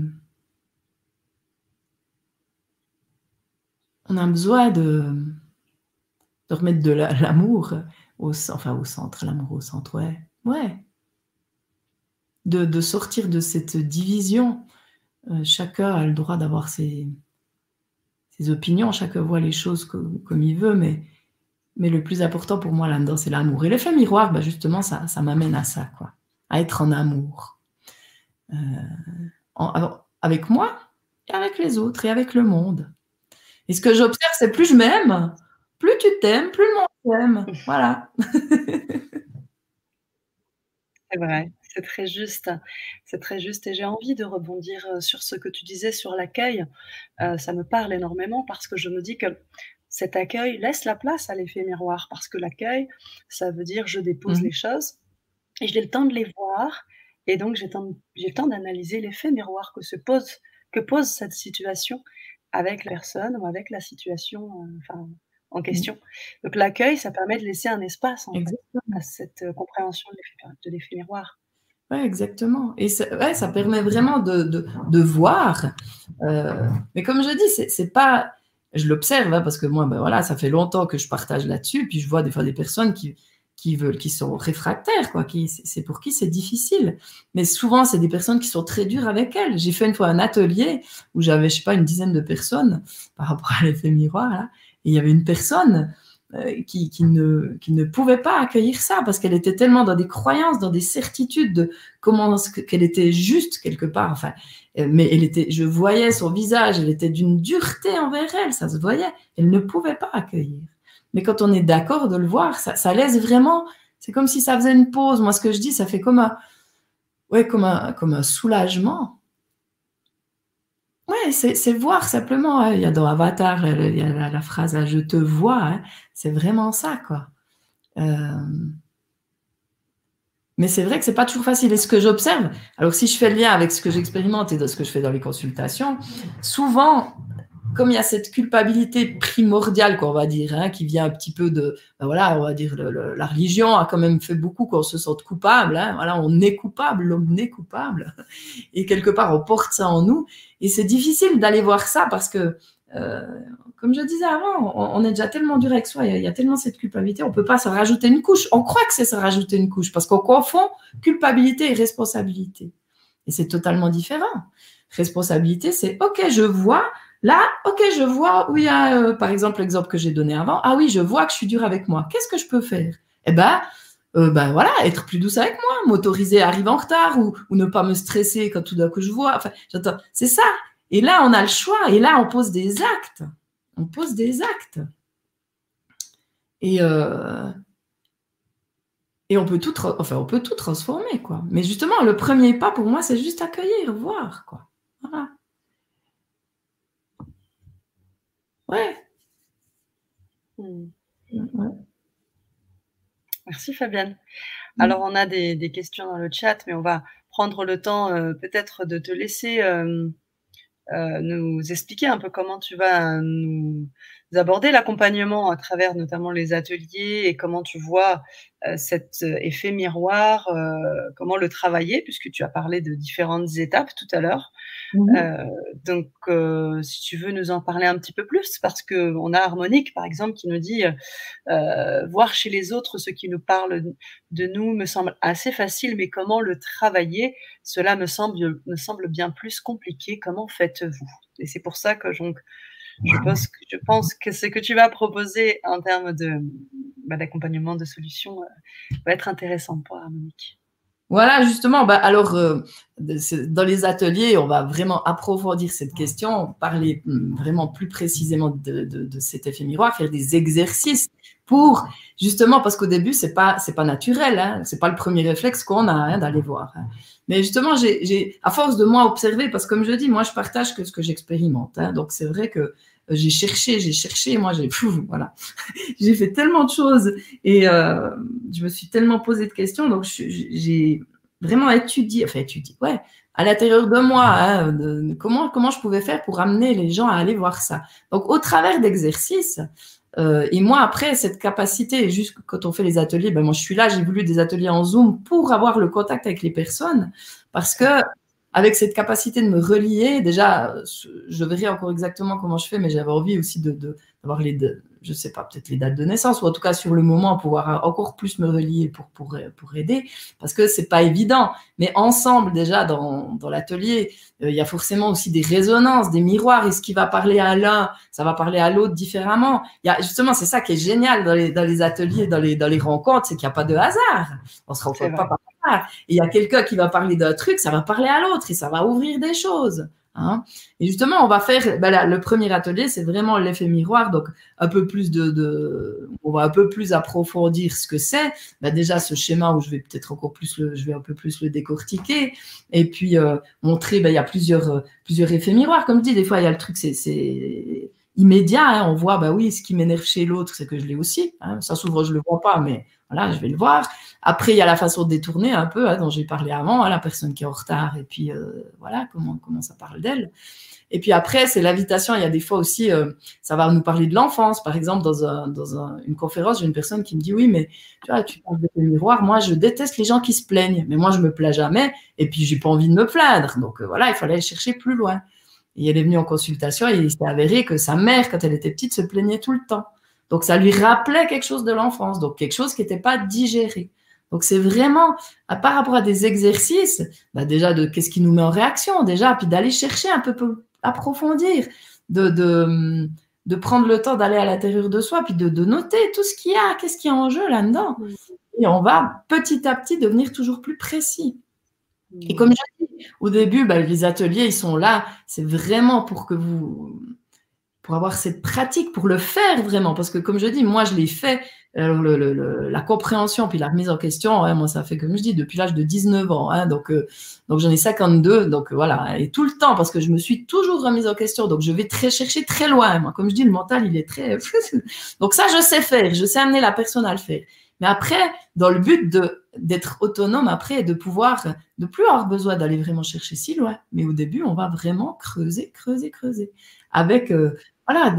On a besoin de remettre de l'amour au centre, l'amour au centre, ouais. Ouais. De sortir de cette division. Chacun a le droit d'avoir ses opinions, chacun voit les choses comme il veut, mais le plus important pour moi là-dedans, c'est l'amour. Et l'effet miroir, justement, ça m'amène à ça, quoi. À être en amour. Avec moi, et avec les autres, et avec le monde. Et ce que j'observe, c'est plus je m'aime, plus tu t'aimes, plus le monde t'aime. Voilà. C'est vrai, c'est très juste. C'est très juste et j'ai envie de rebondir, sur ce que tu disais sur l'accueil. Ça me parle énormément parce que je me dis que cet accueil laisse la place à l'effet miroir parce que l'accueil, ça veut dire je dépose les choses et j'ai le temps de les voir et donc j'ai le temps d'analyser l'effet miroir que pose cette situation avec la personne ou avec la situation, enfin, en Mmh. question. Donc l'accueil, ça permet de laisser un espace, en fait, à Exactement. cette, compréhension de l'effet miroir. Ouais, exactement. Et ouais, ça permet vraiment de voir. Mais comme je dis, c'est pas. Je l'observe parce que moi, ben voilà, ça fait longtemps que je partage là-dessus. Puis je vois des fois des personnes qui sont réfractaires, quoi. C'est pour qui c'est difficile. Mais souvent, c'est des personnes qui sont très dures avec elles. J'ai fait une fois un atelier où j'avais, je sais pas, une dizaine de personnes par rapport à l'effet miroir là. Et il y avait une personne qui ne pouvait pas accueillir ça parce qu'elle était tellement dans des croyances, dans des certitudes de qu'elle était juste quelque part. Enfin, mais je voyais son visage, elle était d'une dureté envers elle, ça se voyait. Elle ne pouvait pas accueillir. Mais quand on est d'accord de le voir, ça laisse vraiment. C'est comme si ça faisait une pause. Moi, ce que je dis, ça fait comme un soulagement. Ouais, c'est voir simplement. Hein. Il y a dans Avatar, il y a la phrase là, je te vois. Hein. C'est vraiment ça, quoi. Mais c'est vrai que c'est pas toujours facile. Et ce que j'observe, alors si je fais le lien avec ce que j'expérimente et de ce que je fais dans les consultations, souvent, comme il y a cette culpabilité primordiale, qu'on va dire, hein, qui vient un petit peu de, ben voilà, on va dire, la religion a quand même fait beaucoup qu'on se sente coupable. Hein, voilà, on est coupable, l'homme est coupable. Et quelque part, on porte ça en nous. Et c'est difficile d'aller voir ça parce que, comme je disais avant, on est déjà tellement dur avec soi, il y a tellement cette culpabilité, on ne peut pas se rajouter une couche. On croit que c'est se rajouter une couche parce qu'on confond culpabilité et responsabilité. Et c'est totalement différent. Responsabilité, c'est OK, je vois. Là, OK, je vois où il y a, par exemple, l'exemple que j'ai donné avant. Ah oui, je vois que je suis dure avec moi. Qu'est-ce que je peux faire? Eh ben, voilà, être plus douce avec moi, m'autoriser à arriver en retard ou ne pas me stresser quand tout d'un coup je vois. Enfin, j'entends, c'est ça. Et là, on a le choix. Et là, on pose des actes. On pose des actes. Et on peut tout, on peut tout transformer, quoi. Mais justement, le premier pas pour moi, c'est juste accueillir, voir, quoi. Voilà. Ouais. Ouais. Merci Fabienne. Alors on a des questions dans le chat, mais on va prendre le temps peut-être de te laisser nous expliquer un peu comment tu vas nous aborder l'accompagnement à travers notamment les ateliers et comment tu vois cet effet miroir, comment le travailler, puisque tu as parlé de différentes étapes tout à l'heure. Donc, si tu veux nous en parler un petit peu plus, parce qu'on a Harmonique, par exemple, qui nous dit voir chez les autres ce qui nous parle de nous me semble assez facile, mais comment le travailler, cela me semble bien plus compliqué. Comment faites-vous? Et c'est pour ça que je pense que ce que tu vas proposer en termes d'accompagnement, de solutions, va être intéressant pour Harmonique. Voilà, justement, alors, dans les ateliers, on va vraiment approfondir cette question, parler vraiment plus précisément de cet effet miroir, faire des exercices pour, justement, parce qu'au début, c'est pas naturel, hein, c'est pas le premier réflexe qu'on a hein, d'aller voir. Hein. Mais justement, j'ai, à force de moi observer, parce que comme je dis, moi, je partage que ce que j'expérimente. Hein, donc, c'est vrai que j'ai cherché, moi, voilà. J'ai fait tellement de choses et je me suis tellement posé de questions. Donc, j'ai vraiment étudié, ouais, à l'intérieur de moi, hein, comment je pouvais faire pour amener les gens à aller voir ça. Donc, au travers d'exercices, et moi, après, cette capacité, juste quand on fait les ateliers, moi, je suis là, j'ai voulu des ateliers en Zoom pour avoir le contact avec les personnes parce que avec cette capacité de me relier, déjà, je verrai encore exactement comment je fais, mais j'avais envie aussi d'avoir je sais pas, peut-être les dates de naissance, ou en tout cas sur le moment, pouvoir encore plus me relier pour aider, parce que c'est pas évident. Mais ensemble, déjà, dans l'atelier, il y a forcément aussi des résonances, des miroirs, et ce qui va parler à l'un, ça va parler à l'autre différemment. Justement, c'est ça qui est génial dans les ateliers, dans les rencontres, c'est qu'il n'y a pas de hasard. On se rencontre pas par hasard. Et il y a quelqu'un qui va parler d'un truc, ça va parler à l'autre, et ça va ouvrir des choses. Hein. Et justement, on va faire, là, le premier atelier, c'est vraiment l'effet miroir, donc un peu plus on va un peu plus approfondir ce que c'est. Déjà, ce schéma où je vais peut-être encore plus je vais un peu plus le décortiquer, et puis montrer, il y a plusieurs effets miroirs, comme je dis, des fois il y a le truc, c'est immédiat. Hein. On voit, bah oui, ce qui m'énerve chez l'autre, c'est que je l'ai aussi. Hein. Ça, souvent, je le vois pas, mais voilà, je vais le voir. Après, il y a la façon de détourner un peu, hein, dont j'ai parlé avant, hein, la personne qui est en retard, et puis voilà, comment ça parle d'elle. Et puis après, c'est l'invitation. Il y a des fois aussi, ça va nous parler de l'enfance. Par exemple, dans une conférence, j'ai une personne qui me dit, oui, mais tu vois, tu parles de miroir. Moi, je déteste les gens qui se plaignent. Mais moi, je me plains jamais. Et puis, j'ai pas envie de me plaindre. Donc voilà, il fallait aller chercher plus loin. Et elle est venue en consultation et il s'est avéré que sa mère, quand elle était petite, se plaignait tout le temps. Donc, ça lui rappelait quelque chose de l'enfance. Donc, quelque chose qui n'était pas digéré. Donc, c'est vraiment, par rapport à des exercices, bah déjà, de qu'est-ce qui nous met en réaction, déjà, puis d'aller chercher un peu approfondir, de prendre le temps d'aller à l'intérieur de soi, puis de noter tout ce qu'il y a, qu'est-ce qu'il y a en jeu là-dedans. Et on va petit à petit devenir toujours plus précis. Et comme je dis, au début, bah, les ateliers, ils sont là, c'est vraiment pour avoir cette pratique, pour le faire vraiment. Parce que comme je dis, moi, je l'ai fait, alors la compréhension puis la remise en question, ouais, moi, ça fait, comme je dis, depuis l'âge de 19 ans. Hein, donc j'en ai 52. Donc voilà, et tout le temps, parce que je me suis toujours remise en question. Donc je vais chercher très loin. Moi, comme je dis, le mental, il est très... Donc ça, je sais faire. Je sais amener la personne à le faire. Mais après, dans le but d'être autonome après et de pouvoir, de plus avoir besoin d'aller vraiment chercher si loin. Mais au début, on va vraiment creuser. Avec, voilà,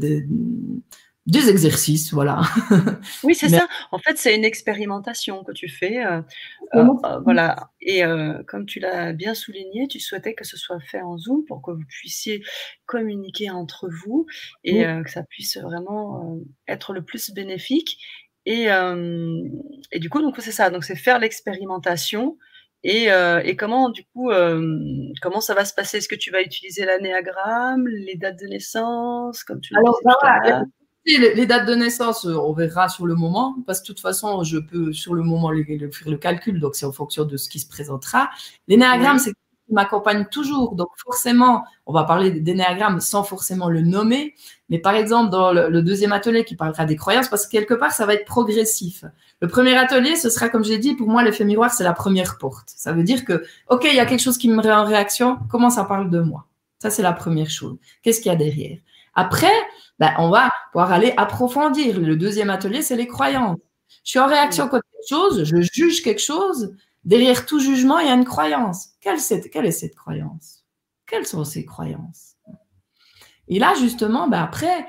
des exercices, voilà. Oui, c'est ça. En fait, c'est une expérimentation que tu fais. Voilà. Et comme tu l'as bien souligné, tu souhaitais que ce soit fait en Zoom pour que vous puissiez communiquer entre vous et que ça puisse vraiment être le plus bénéfique. Et du coup, donc c'est ça. Donc c'est faire l'expérimentation. Et comment, du coup, comment ça va se passer? Est-ce que tu vas utiliser l'anéagramme, les dates de naissance, comme tu le disais tout à l'heure? Les dates de naissance, on verra sur le moment, parce que de toute façon, je peux sur le moment faire le calcul, donc c'est en fonction de ce qui se présentera. L'énéagramme, c'est qui m'accompagne toujours, donc forcément, on va parler d'énéagramme sans forcément le nommer, mais par exemple, dans le deuxième atelier qui parlera des croyances, parce que quelque part, ça va être progressif. Le premier atelier, ce sera, comme j'ai dit, pour moi, l'effet miroir, c'est la première porte. Ça veut dire que, OK, il y a quelque chose qui me met en réaction, comment ça parle de moi? Ça, c'est la première chose. Qu'est-ce qu'il y a derrière? Après, ben, on va pouvoir aller approfondir. Le deuxième atelier, c'est les croyances. Je suis en réaction contre quelque chose, je juge quelque chose. Derrière tout jugement, il y a une croyance. Quelle est cette croyance? Quelles sont ces croyances? Et là, justement, ben après,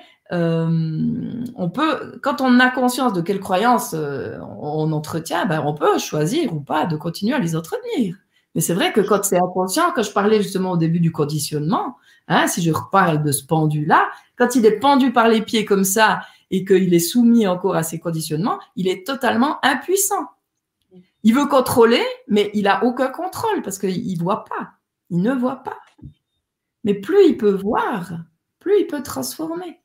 on peut, quand on a conscience de quelles croyances on entretient, ben on peut choisir ou pas de continuer à les entretenir. Mais c'est vrai que quand c'est inconscient, quand je parlais justement au début du conditionnement, hein, si je reparle de ce pendu-là, quand il est pendu par les pieds comme ça et qu'il est soumis encore à ces conditionnements, il est totalement impuissant. Il veut contrôler, mais il n'a aucun contrôle parce qu'il ne voit pas. Il ne voit pas. Mais plus il peut voir, plus il peut transformer.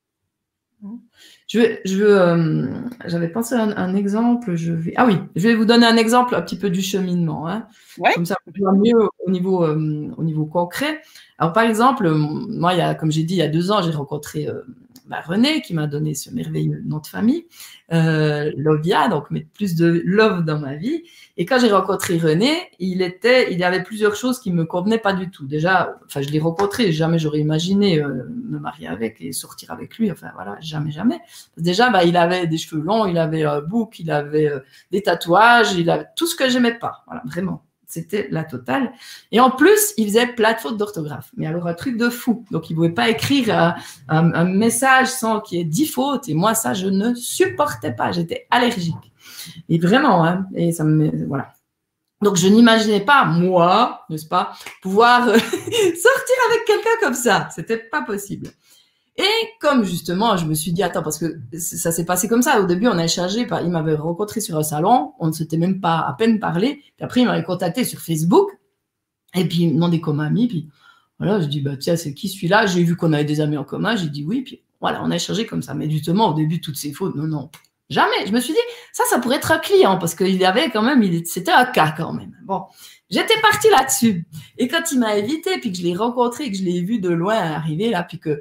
J'avais pensé à un exemple. Ah oui, je vais vous donner un exemple un petit peu du cheminement. Hein. Comme ça, on voit mieux au niveau concret. Alors, par exemple, moi, comme j'ai dit, il y a 2 ans, j'ai rencontré René, qui m'a donné ce merveilleux nom de famille, Lovia, donc mettre plus de love dans ma vie. Et quand j'ai rencontré René, il y avait plusieurs choses qui me convenaient pas du tout. Déjà, enfin, je l'ai rencontré, jamais j'aurais imaginé me marier avec et sortir avec lui. Enfin, voilà, jamais. Déjà, il avait des cheveux longs, il avait un bouc, il avait des tatouages, il avait tout ce que j'aimais pas. Voilà, vraiment. C'était la totale. Et en plus, il faisait plein de fautes d'orthographe. Mais alors, un truc de fou. Donc, il ne pouvait pas écrire un message sans qu'il y ait 10 fautes. Et moi, ça, je ne supportais pas. J'étais allergique. Et vraiment, hein. Et ça me... Voilà. Donc, je n'imaginais pas, moi, n'est-ce pas, pouvoir sortir avec quelqu'un comme ça. C'était pas possible. Et comme justement, je me suis dit, attends, parce que ça s'est passé comme ça. Au début, on a échangé, il m'avait rencontré sur un salon, on ne s'était même pas à peine parlé. Puis après, il m'avait contacté sur Facebook, et puis il me demandait comme ami. Puis voilà, je dis, tiens, c'est qui celui-là? J'ai vu qu'on avait des amis en commun, j'ai dit oui, puis voilà, on a échangé comme ça. Mais justement, au début, toutes ces fautes, non, jamais. Je me suis dit, ça pourrait être un client, parce qu'il y avait quand même, c'était un cas quand même. Bon, j'étais partie là-dessus. Et quand il m'a invité, puis que je l'ai rencontré, que je l'ai vu de loin arriver là, puis que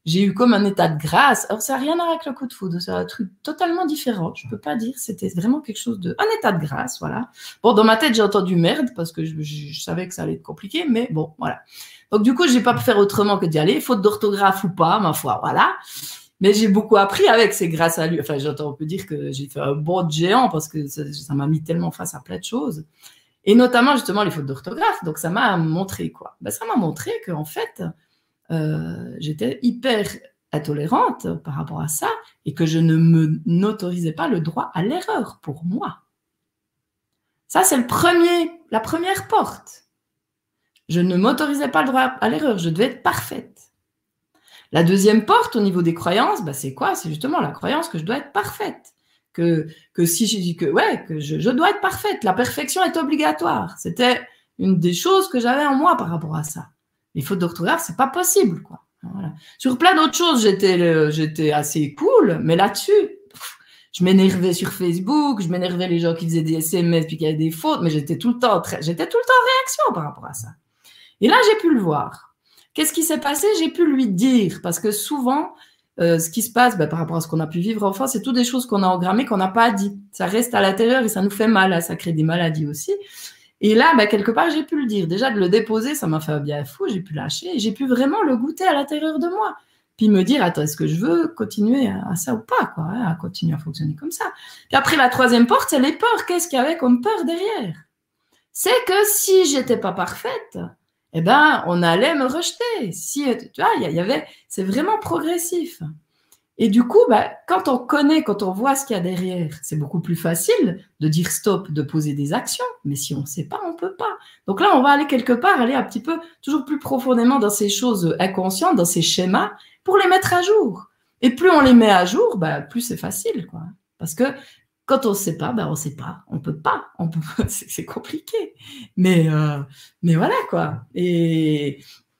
j'ai eu comme un état de grâce. Alors, ça n'a rien à voir avec le coup de foudre, c'est un truc totalement différent. Je ne peux pas dire, c'était vraiment quelque chose un état de grâce, voilà. Bon, dans ma tête, j'ai entendu merde parce que je savais que ça allait être compliqué, mais bon, voilà. Donc, du coup, je n'ai pas pu faire autrement que d'y aller, faute d'orthographe ou pas, ma foi, voilà. Mais j'ai beaucoup appris avec, c'est grâce à lui. Enfin, on peut dire que j'ai fait un bond de géant parce que ça m'a mis tellement face à plein de choses. Et notamment, justement, les fautes d'orthographe. Donc, ça m'a montré quoi? Ben, ça m'a montré qu'en fait, j'étais hyper intolérante par rapport à ça et que je ne n'autorisais pas le droit à l'erreur pour moi. Ça, c'est la première porte. Je ne m'autorisais pas le droit à l'erreur. Je devais être parfaite. La deuxième porte au niveau des croyances, bah, c'est quoi? C'est justement la croyance que je dois être parfaite. Que si je dis que je dois être parfaite. La perfection est obligatoire. C'était une des choses que j'avais en moi par rapport à ça. Les fautes d'orthographe, c'est pas possible, quoi. Voilà. Sur plein d'autres choses, j'étais assez cool, mais là-dessus, je m'énervais sur Facebook, je m'énervais les gens qui faisaient des SMS puis qui avaient des fautes, mais j'étais tout le temps en réaction par rapport à ça. Et là, j'ai pu le voir. Qu'est-ce qui s'est passé? J'ai pu lui dire, parce que souvent, ce qui se passe par rapport à ce qu'on a pu vivre enfant, c'est toutes des choses qu'on a engrammées, qu'on n'a pas dit. Ça reste à l'intérieur et ça nous fait mal, ça crée des maladies aussi. Et là, quelque part, j'ai pu le dire. Déjà, de le déposer, ça m'a fait un bien fou, j'ai pu lâcher, et j'ai pu vraiment le goûter à l'intérieur de moi. Puis me dire, attends, est-ce que je veux continuer à ça ou pas, quoi, hein, à continuer à fonctionner comme ça. Puis après, la troisième porte, c'est les peurs. Qu'est-ce qu'il y avait comme peur derrière? C'est que si j'étais pas parfaite, eh ben, on allait me rejeter. Si, tu vois, c'est vraiment progressif. Et du coup, quand on connaît, quand on voit ce qu'il y a derrière, c'est beaucoup plus facile de dire stop, de poser des actions. Mais si on ne sait pas, on ne peut pas. Donc là, on va aller quelque part, aller un petit peu toujours plus profondément dans ces choses inconscientes, dans ces schémas, pour les mettre à jour. Et plus on les met à jour, plus c'est facile, quoi. Parce que quand on ne sait pas, on ne sait pas. On ne peut pas. C'est compliqué. Mais voilà, quoi. Et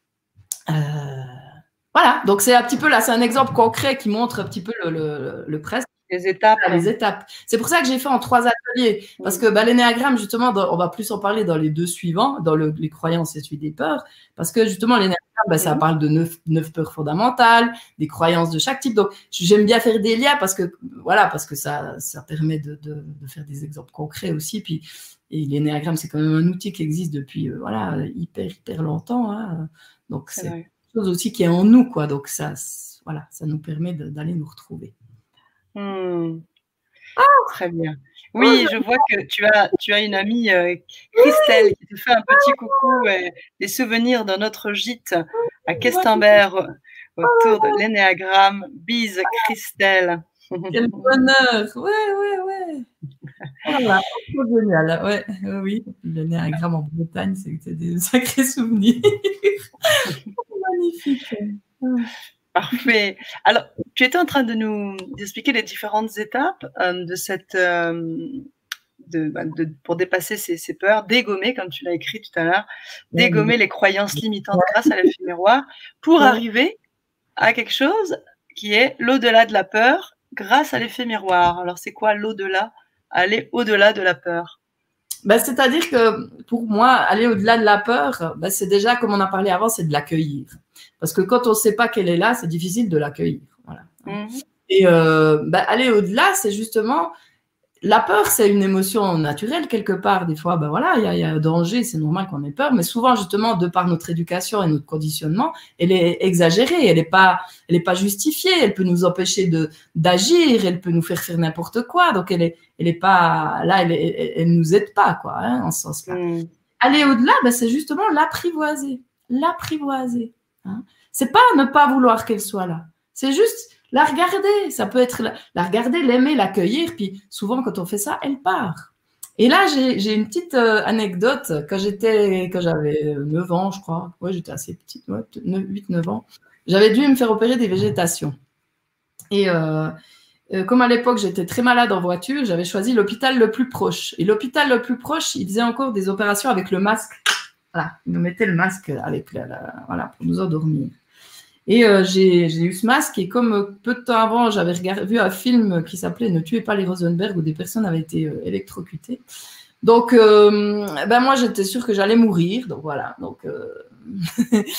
voilà. Donc, c'est un petit peu là, c'est un exemple concret qui montre un petit peu le presque. Les étapes. Les étapes. C'est pour ça que j'ai fait en 3 ateliers. Parce que l'énéagramme, justement, on va plus en parler dans les 2 suivants, dans les croyances et celui des peurs. Parce que justement, l'énéagramme, ça parle de 9 peurs fondamentales, des croyances de chaque type. Donc, j'aime bien faire des liens parce que ça permet de faire des exemples concrets aussi. Puis, et l'énéagramme, c'est quand même un outil qui existe depuis hyper longtemps. Hein. Donc, c'est quelque chose aussi qui est en nous, quoi. Donc, ça nous permet d'aller nous retrouver. Très bien. Oui, je vois que tu as une amie, Christelle, qui te fait un petit coucou, des souvenirs de notre gîte à Questembert autour de l'énéagramme. Bise, Christelle. Quel bonheur! Ouais. Voilà, c'est génial. Oui. L'énéagramme en Bretagne, c'était des sacrés souvenirs. Magnifique. Parfait. Alors, tu étais en train de nous expliquer les différentes étapes de cette, pour dépasser ces peurs, dégommer, comme tu l'as écrit tout à l'heure, dégommer les croyances limitantes grâce à l'effet miroir pour arriver à quelque chose qui est l'au-delà de la peur grâce à l'effet miroir. Alors, c'est quoi l'au-delà? Aller au-delà de la peur. C'est-à-dire que pour moi, aller au-delà de la peur, c'est déjà, comme on a parlé avant, c'est de l'accueillir. Parce que quand on ne sait pas qu'elle est là, c'est difficile de l'accueillir. Voilà. Et aller au-delà, c'est justement… La peur, c'est une émotion naturelle quelque part. Des fois, il y a un danger, c'est normal qu'on ait peur. Mais souvent, justement, de par notre éducation et notre conditionnement, elle est exagérée, elle n'est pas justifiée. Elle peut nous empêcher d'agir, elle peut nous faire n'importe quoi. Donc, elle est pas là, elle nous aide pas, quoi, en ce sens-là. Aller au-delà, c'est justement l'apprivoiser. Hein. C'est pas ne pas vouloir qu'elle soit là. C'est juste la regarder. Ça peut être la regarder, l'aimer, l'accueillir. Puis souvent, quand on fait ça, elle part. Et là, j'ai une petite anecdote. Quand j'avais 9 ans, je crois. Ouais, j'étais assez petite, 8-9 ans. J'avais dû me faire opérer des végétations. Et comme à l'époque, j'étais très malade en voiture, j'avais choisi l'hôpital le plus proche. Et l'hôpital le plus proche, il faisait encore des opérations avec le masque. Voilà, ils nous mettaient le masque avec pour nous endormir. Et j'ai eu ce masque et comme peu de temps avant, j'avais vu un film qui s'appelait « Ne tuez pas les Rosenberg » où des personnes avaient été électrocutées. Donc, moi, j'étais sûre que j'allais mourir. Donc, voilà. Donc,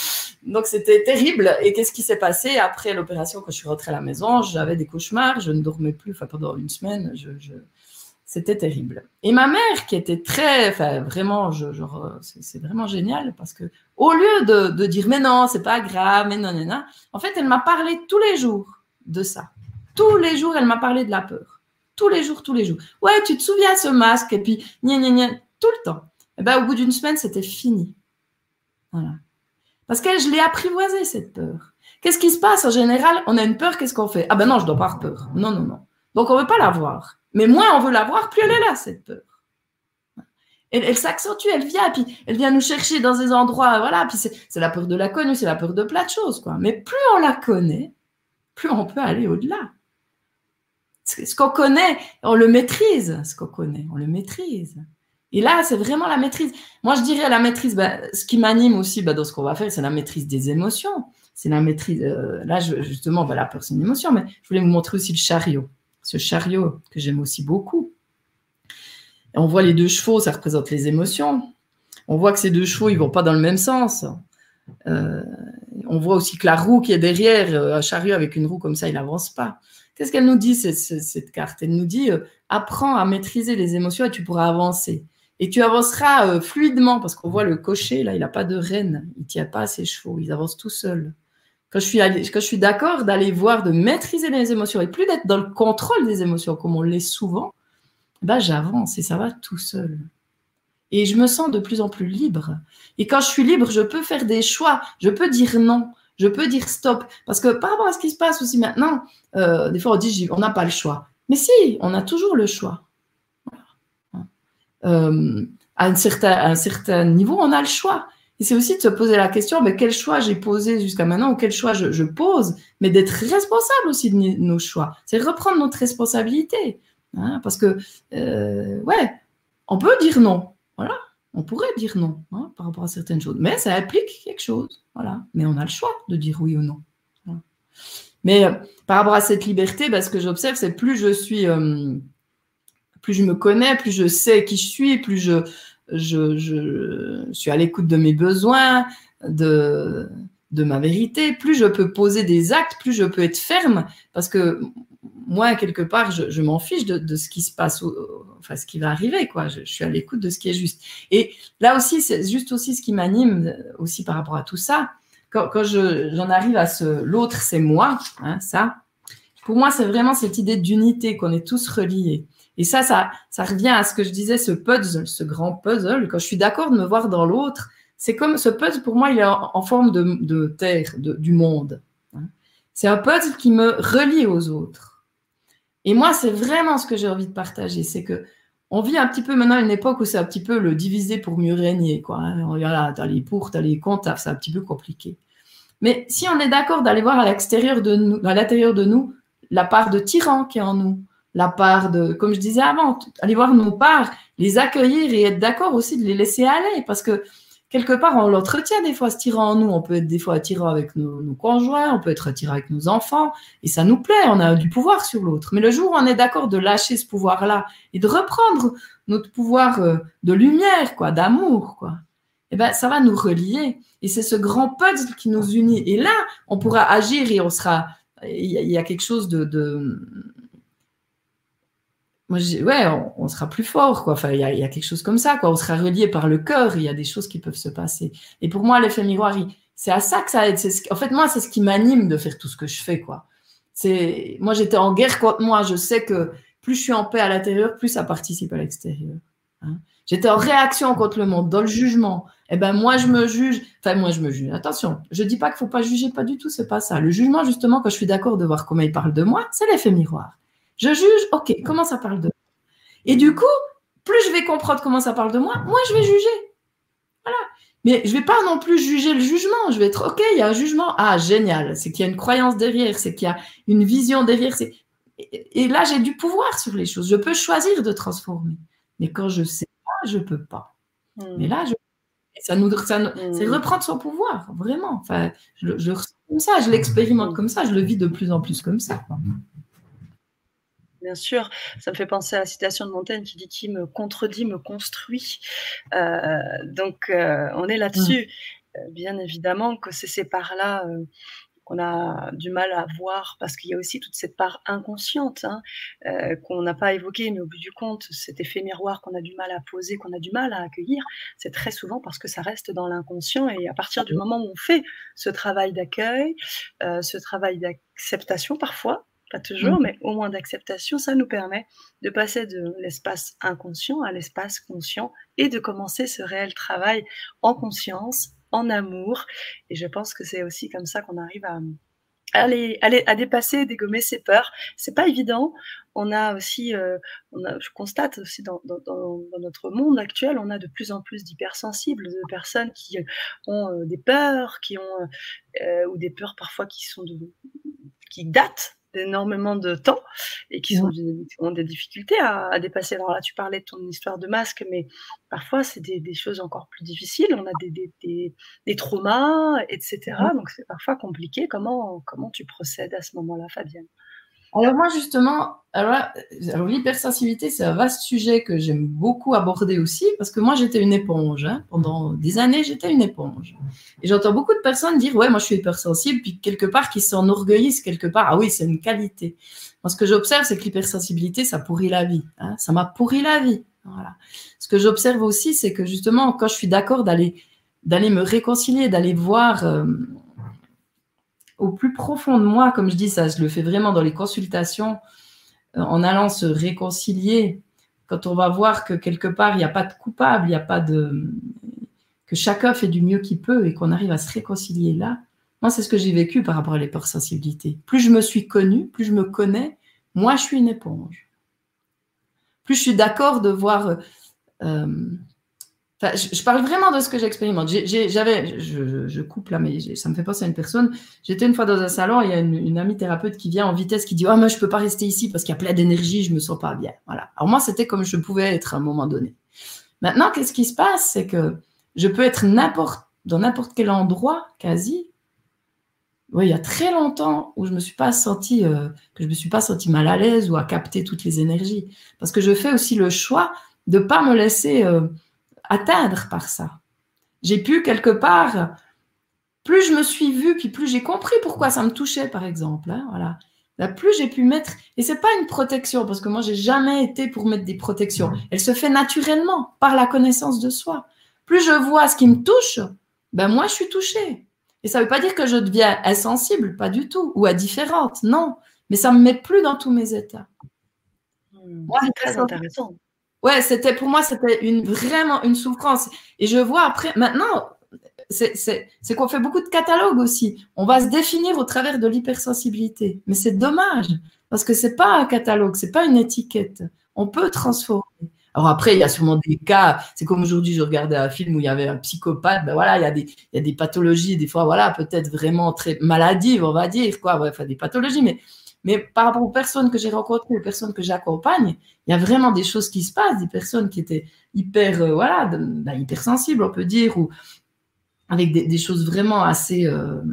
Donc, c'était terrible. Et qu'est-ce qui s'est passé après l'opération? Quand je suis rentrée à la maison, j'avais des cauchemars, je ne dormais plus, enfin, pendant une semaine, c'était terrible. Et ma mère, qui était très, enfin, vraiment, c'est vraiment génial, parce que au lieu de dire, mais non, c'est pas grave, mais non, non, non, en fait, elle m'a parlé tous les jours de ça. Tous les jours, elle m'a parlé de la peur. Tous les jours, tous les jours. Ouais, tu te souviens ce masque, et puis, gna, gna, gna, tout le temps. Et ben, au bout d'une semaine, c'était fini. Voilà. Parce que je l'ai apprivoisée, cette peur. Qu'est-ce qui se passe en général? On a une peur, qu'est-ce qu'on fait? Ah ben non, je dois pas avoir peur. Non, non, non. Donc, on veut pas l'avoir. Mais moins on veut l'avoir, plus elle est là, cette peur. Elle s'accentue, elle vient, puis elle vient nous chercher dans des endroits, voilà, puis c'est la peur de l'inconnu, c'est la peur de plein de choses, quoi. Mais plus on la connaît, plus on peut aller au-delà. Ce qu'on connaît, on le maîtrise. Ce qu'on connaît, on le maîtrise. Et là, c'est vraiment la maîtrise. Moi, je dirais la maîtrise, ce qui m'anime aussi dans ce qu'on va faire, c'est la maîtrise des émotions. C'est la maîtrise, là, justement, la peur, c'est une émotion, mais je voulais vous montrer aussi le chariot. Ce chariot que j'aime aussi beaucoup. Et on voit les deux chevaux, ça représente les émotions. On voit que ces deux chevaux, ils ne vont pas dans le même sens. On voit aussi que la roue qui est derrière, un chariot avec une roue comme ça, il n'avance pas. Qu'est-ce qu'elle nous dit, cette carte? Elle nous dit, apprends à maîtriser les émotions et tu pourras avancer. Et tu avanceras fluidement, parce qu'on voit le cocher, là, il n'a pas de rêne, il ne tient pas à ses chevaux, ils avancent tout seuls. Quand je suis d'accord d'aller voir, de maîtriser les émotions et plus d'être dans le contrôle des émotions, comme on l'est souvent, j'avance et ça va tout seul. Et je me sens de plus en plus libre. Et quand je suis libre, je peux faire des choix, je peux dire non, je peux dire stop. Parce que par rapport à ce qui se passe aussi maintenant, des fois on dit on n'a pas le choix. Mais si, on a toujours le choix. À un certain niveau, on a le choix. Et c'est aussi de se poser la question, quel choix j'ai posé jusqu'à maintenant ou quel choix je pose, mais d'être responsable aussi de nos choix. C'est reprendre notre responsabilité. Hein, parce que, on peut dire non. Voilà, on pourrait dire non par rapport à certaines choses, mais ça implique quelque chose. Voilà, mais on a le choix de dire oui ou non. Voilà. Mais par rapport à cette liberté, ce que j'observe, c'est plus je me connais, plus je sais qui je suis, plus je suis à l'écoute de mes besoins, de ma vérité, plus je peux poser des actes, plus je peux être ferme, parce que moi, quelque part, je m'en fiche de ce qui se passe, enfin, ce qui va arriver, quoi. Je suis à l'écoute de ce qui est juste. Et là aussi, c'est juste aussi ce qui m'anime aussi par rapport à tout ça. Quand j'en arrive à l'autre, c'est moi, ça. Pour moi, c'est vraiment cette idée d'unité, qu'on est tous reliés. Et ça revient à ce que je disais, ce puzzle, ce grand puzzle. Quand je suis d'accord de me voir dans l'autre, c'est comme ce puzzle, pour moi, il est en forme de terre, du monde. C'est un puzzle qui me relie aux autres. Et moi, c'est vraiment ce que j'ai envie de partager. C'est que on vit un petit peu maintenant une époque où c'est un petit peu le diviser pour mieux régner, quoi. Voilà, t'as les pour, t'as les contre, c'est un petit peu compliqué. Mais si on est d'accord d'aller voir à l'intérieur de nous, la part de tyran qui est en nous, la part de, comme je disais avant, aller voir nos parts, les accueillir et être d'accord aussi de les laisser aller, parce que quelque part, on l'entretient des fois, ce tyran en nous. On peut être des fois tyran avec nos conjoints, on peut être tyran avec nos enfants, et ça nous plaît, on a du pouvoir sur l'autre. Mais le jour où on est d'accord de lâcher ce pouvoir-là et de reprendre notre pouvoir de lumière, quoi, d'amour, quoi, ça va nous relier. Et c'est ce grand puzzle qui nous unit. Et là, on pourra agir et il y a quelque chose on sera plus fort, quoi. Enfin, il y a quelque chose comme ça, quoi. On sera relié par le cœur. Il y a des choses qui peuvent se passer. Et pour moi, l'effet miroir, c'est à ça que ça aide. En fait, moi, c'est ce qui m'anime de faire tout ce que je fais, quoi. Moi, j'étais en guerre contre moi. Je sais que plus je suis en paix à l'intérieur, plus ça participe à l'extérieur. J'étais en réaction contre le monde, dans le jugement. Moi, je me juge. Enfin, moi, je me juge. Attention, je dis pas qu'il faut pas juger, pas du tout. C'est pas ça. Le jugement, justement, quand je suis d'accord de voir comment il parle de moi, c'est l'effet miroir. Je juge, ok, comment ça parle de moi? Et du coup, plus je vais comprendre comment ça parle de moi, moins je vais juger. Voilà. Mais je ne vais pas non plus juger le jugement. Je vais être, ok, il y a un jugement. Ah, génial. C'est qu'il y a une croyance derrière, c'est qu'il y a une vision derrière. Et là, j'ai du pouvoir sur les choses. Je peux choisir de transformer. Mais quand je ne sais pas, je ne peux pas. Mais là, c'est reprendre son pouvoir, vraiment. Enfin, je le ressens comme ça, je l'expérimente comme ça, je le vis de plus en plus comme ça. Bien sûr, ça me fait penser à la citation de Montaigne qui dit « Qui me contredit me construit ». Donc, on est là-dessus. bien évidemment que c'est ces parts-là qu'on a du mal à voir parce qu'il y a aussi toute cette part inconsciente qu'on n'a pas évoquée, mais au bout du compte, cet effet miroir qu'on a du mal à poser, qu'on a du mal à accueillir, c'est très souvent parce que ça reste dans l'inconscient et à partir du moment où on fait ce travail d'accueil, ce travail d'acceptation parfois, pas toujours, mais au moins d'acceptation, ça nous permet de passer de l'espace inconscient à l'espace conscient et de commencer ce réel travail en conscience, en amour. Et je pense que c'est aussi comme ça qu'on arrive à dépasser, dégommer ses peurs. C'est pas évident. On a aussi, je constate aussi dans notre monde actuel, on a de plus en plus d'hypersensibles, de personnes qui ont des peurs, qui ont ou des peurs parfois qui datent d'énormément de temps et qui ont des difficultés à dépasser. Alors là, tu parlais de ton histoire de masque, mais parfois, c'est des choses encore plus difficiles. On a des traumas, etc. Donc, c'est parfois compliqué. Comment tu procèdes à ce moment-là, Fabienne? Alors moi justement, alors l'hypersensibilité, c'est un vaste sujet que j'aime beaucoup aborder aussi parce que moi j'étais une éponge. Pendant des années, j'étais une éponge. Et j'entends beaucoup de personnes dire « ouais, moi je suis hypersensible », puis quelque part qui s'enorgueillissent quelque part. Ah oui, c'est une qualité. Moi, ce que j'observe, c'est que l'hypersensibilité, ça pourrit la vie. Ça m'a pourri la vie. Voilà. Ce que j'observe aussi, c'est que justement, quand je suis d'accord d'aller me réconcilier, d'aller voir au plus profond de moi, comme je dis, ça, je le fais vraiment dans les consultations, en allant se réconcilier, quand on va voir que quelque part, il n'y a pas de coupable, il n'y a pas de... que chacun fait du mieux qu'il peut et qu'on arrive à se réconcilier là. Moi, c'est ce que j'ai vécu par rapport à l'hypersensibilité. Plus je me suis connue, plus je me connais, moi, je suis une éponge. Plus je suis d'accord de voir... je parle vraiment de ce que j'expérimente. Je coupe là, mais ça me fait penser à une personne. J'étais une fois dans un salon, il y a une amie thérapeute qui vient en vitesse, qui dit « oh, moi, je ne peux pas rester ici parce qu'il y a plein d'énergie, je ne me sens pas bien. » Voilà. Alors moi, c'était comme je pouvais être à un moment donné. Maintenant, qu'est-ce qui se passe? C'est que je peux être dans n'importe quel endroit, quasi. Oui, il y a très longtemps où je ne me suis pas sentie mal à l'aise ou à capter toutes les énergies. Parce que je fais aussi le choix de ne pas me laisser... atteindre par ça. J'ai pu quelque part, plus je me suis vue, puis plus j'ai compris pourquoi ça me touchait, par exemple. Voilà. Là, plus j'ai pu mettre, et c'est pas une protection, parce que moi, j'ai jamais été pour mettre des protections. Elle se fait naturellement, par la connaissance de soi. Plus je vois ce qui me touche, ben moi, je suis touchée. Et ça veut pas dire que je deviens insensible, pas du tout, ou indifférente, non. Mais ça me met plus dans tous mes états. Moi, c'est très intéressant. Ouais, pour moi, c'était vraiment une souffrance. Et je vois après, maintenant, c'est qu'on fait beaucoup de catalogues aussi. On va se définir au travers de l'hypersensibilité. Mais c'est dommage, parce que c'est pas un catalogue, c'est pas une étiquette. On peut transformer. Alors après, il y a sûrement des cas, c'est comme aujourd'hui, je regardais un film où il y avait un psychopathe, ben voilà, il y a des pathologies, des fois, voilà, peut-être vraiment très maladives, on va dire, quoi, ouais, enfin, des pathologies, mais par rapport aux personnes que j'ai rencontrées, aux personnes que j'accompagne, il y a vraiment des choses qui se passent, des personnes qui étaient hypersensibles, on peut dire, ou avec des choses vraiment assez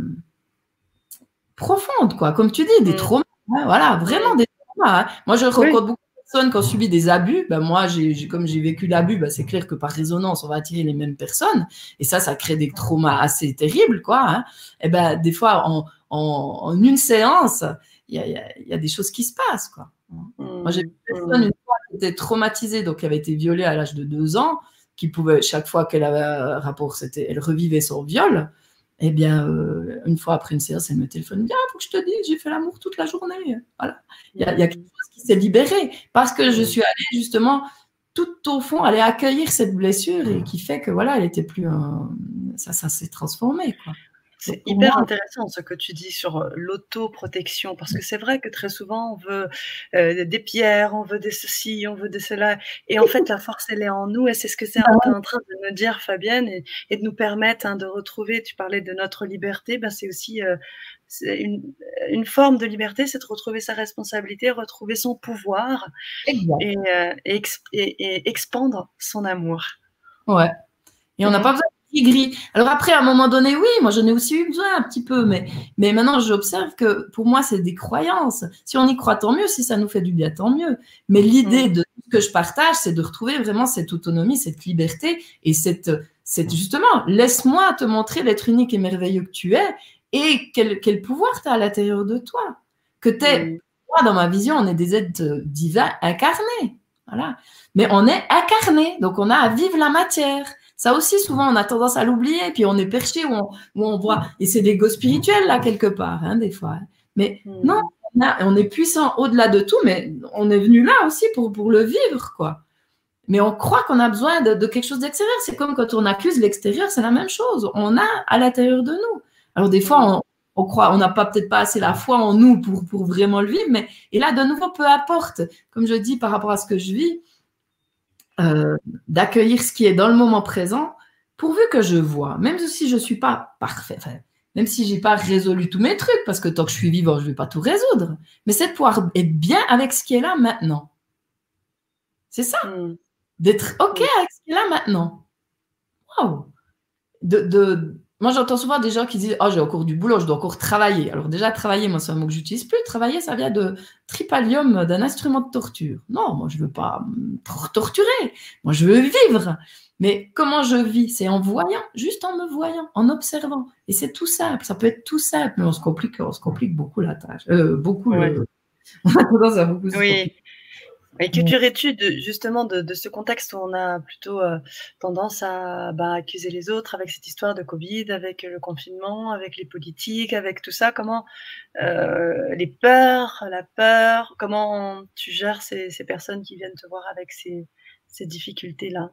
profondes, quoi. Comme tu dis, des traumas, voilà, vraiment des traumas. Moi, je rencontre beaucoup de personnes qui ont subi des abus. Ben, moi, comme j'ai vécu l'abus, ben, c'est clair que par résonance, on va attirer les mêmes personnes. Et ça crée des traumas assez terribles, quoi. Et ben, des fois, en une séance, il y a des choses qui se passent, quoi. Moi, j'ai vu une personne une fois qui était traumatisée, donc qui avait été violée à l'âge de 2 ans, qui pouvait, chaque fois qu'elle avait un rapport, elle revivait son viol. Eh bien, une fois après une séance, elle me téléphone, bien, faut que je te dise, j'ai fait l'amour toute la journée. Voilà. Il y a quelque chose qui s'est libéré parce que je suis allée justement tout au fond, aller accueillir cette blessure et qui fait que voilà, elle était plus, ça s'est transformé, quoi. C'est hyper intéressant ce que tu dis sur l'autoprotection, parce que c'est vrai que très souvent, on veut des pierres, on veut des ceci, on veut de cela. Et en fait, la force, elle est en nous. Et c'est ce que tu es en train de me dire, Fabienne, et de nous permettre de retrouver, tu parlais de notre liberté, ben, c'est aussi c'est une forme de liberté, c'est de retrouver sa responsabilité, retrouver son pouvoir et expandre son amour. Ouais. Et on n'a pas besoin gris. Alors après, à un moment donné, oui, moi j'en ai aussi eu besoin un petit peu, mais maintenant j'observe que pour moi c'est des croyances. Si on y croit, tant mieux. Si ça nous fait du bien, tant mieux. Mais l'idée de ce que je partage, c'est de retrouver vraiment cette autonomie, cette liberté et cette c'est justement, laisse-moi te montrer l'être unique et merveilleux que tu es et quel pouvoir tu as à l'intérieur de toi. Que tu es, moi, dans ma vision, on est des êtres divins incarnés. Voilà. Mais on est incarné, donc on a à vivre la matière. Ça aussi, souvent, on a tendance à l'oublier, puis on est perché où on voit, et c'est l'ego spirituel, là, quelque part, hein, des fois. Mais non, on est puissant au-delà de tout, mais on est venu là aussi pour le vivre, quoi. Mais on croit qu'on a besoin de quelque chose d'extérieur. C'est comme quand on accuse l'extérieur, c'est la même chose. On a à l'intérieur de nous. Alors, des fois, on croit, on n'a peut-être pas assez la foi en nous pour vraiment le vivre, mais, et là, de nouveau, peu importe, comme je dis par rapport à ce que je vis, d'accueillir ce qui est dans le moment présent, pourvu que je vois, même si je ne suis pas parfait, enfin, même si je n'ai pas résolu tous mes trucs, parce que tant que je suis vivant, je ne vais pas tout résoudre, mais c'est de pouvoir être bien avec ce qui est là maintenant. C'est ça, d'être OK avec ce qui est là maintenant. Waouh! Moi, j'entends souvent des gens qui disent « Oh, j'ai encore du boulot, je dois encore travailler. » Alors déjà, travailler, moi, c'est un mot que j'utilise plus. Travailler, ça vient de tripalium, d'un instrument de torture. Non, moi, je ne veux pas me torturer. Moi, je veux vivre. Mais comment je vis? C'est en voyant, juste en me voyant, en observant. Et c'est tout simple. Ça peut être tout simple, mais on se complique beaucoup la tâche. Beaucoup le... On a tendance à beaucoup se compliquer. Et que dirais-tu justement de ce contexte où on a plutôt tendance à accuser les autres avec cette histoire de Covid, avec le confinement, avec les politiques, avec tout ça? Comment les peurs, la peur, comment tu gères ces personnes qui viennent te voir avec ces difficultés-là?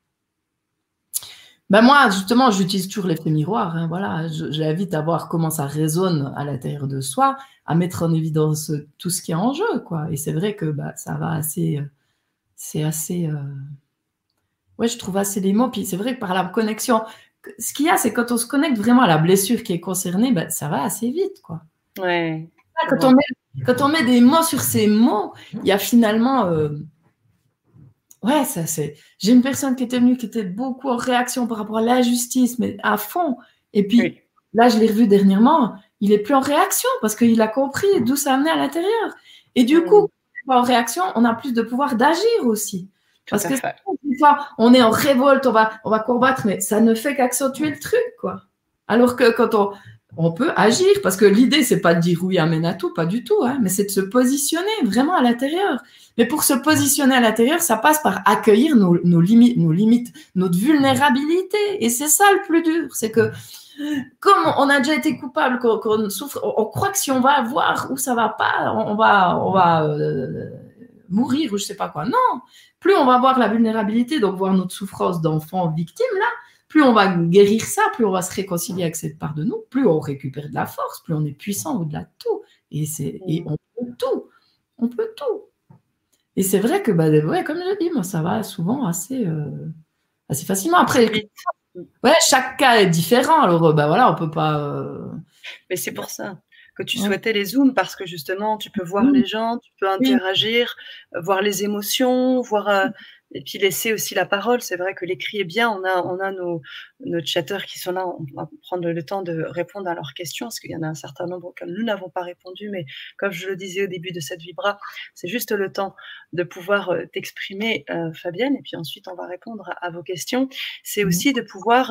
Ben moi, justement, j'utilise toujours l'effet miroir. Hein, voilà, j'invite à voir comment ça résonne à l'intérieur de soi, à mettre en évidence tout ce qui est en jeu, quoi. Et c'est vrai que ça va assez, c'est assez, ouais, je trouve assez les mots. Puis c'est vrai que par la connexion, ce qu'il y a, c'est quand on se connecte vraiment à la blessure qui est concernée, ça va assez vite, quoi. Ouais. Quand on met des mots sur ces mots, il y a finalement ouais, ça c'est. J'ai une personne qui était venue, qui était beaucoup en réaction par rapport à l'injustice, mais à fond. Et puis là, je l'ai revu dernièrement. Il est plus en réaction parce qu'il a compris d'où ça amenait à l'intérieur. Et du coup, en réaction, on a plus de pouvoir d'agir aussi. Parce que des fois, on est en révolte, on va combattre, mais ça ne fait qu'accentuer le truc, quoi. Alors que quand on peut agir, parce que l'idée, c'est pas de dire oui, amène à tout, pas du tout, hein, mais c'est de se positionner vraiment à l'intérieur. Mais pour se positionner à l'intérieur, ça passe par accueillir nos limites, notre vulnérabilité. Et c'est ça le plus dur, c'est que comme on a déjà été coupable, qu'on souffre, on croit que si on va voir où ça va pas, on va mourir ou je sais pas quoi. Non, plus on va voir la vulnérabilité, donc voir notre souffrance d'enfant victime là, plus on va guérir ça, plus on va se réconcilier avec cette part de nous, plus on récupère de la force, plus on est puissant au-delà de tout. Et on peut tout. On peut tout. Et c'est vrai que, ouais, comme je dis, moi, ça va souvent assez facilement. Après, ouais, chaque cas est différent. Alors, voilà, on peut pas... Mais c'est pour ça que tu souhaitais les Zooms, parce que justement, tu peux voir les gens, tu peux interagir, voir les émotions, voir... et puis laisser aussi la parole. C'est vrai que l'écrit est bien. On a nos chatteurs qui sont là. On va prendre le temps de répondre à leurs questions, parce qu'il y en a un certain nombre auxquels nous n'avons pas répondu. Mais comme je le disais au début de cette Vibra, c'est juste le temps de pouvoir t'exprimer, Fabienne. Et puis ensuite, on va répondre à vos questions. C'est aussi de pouvoir,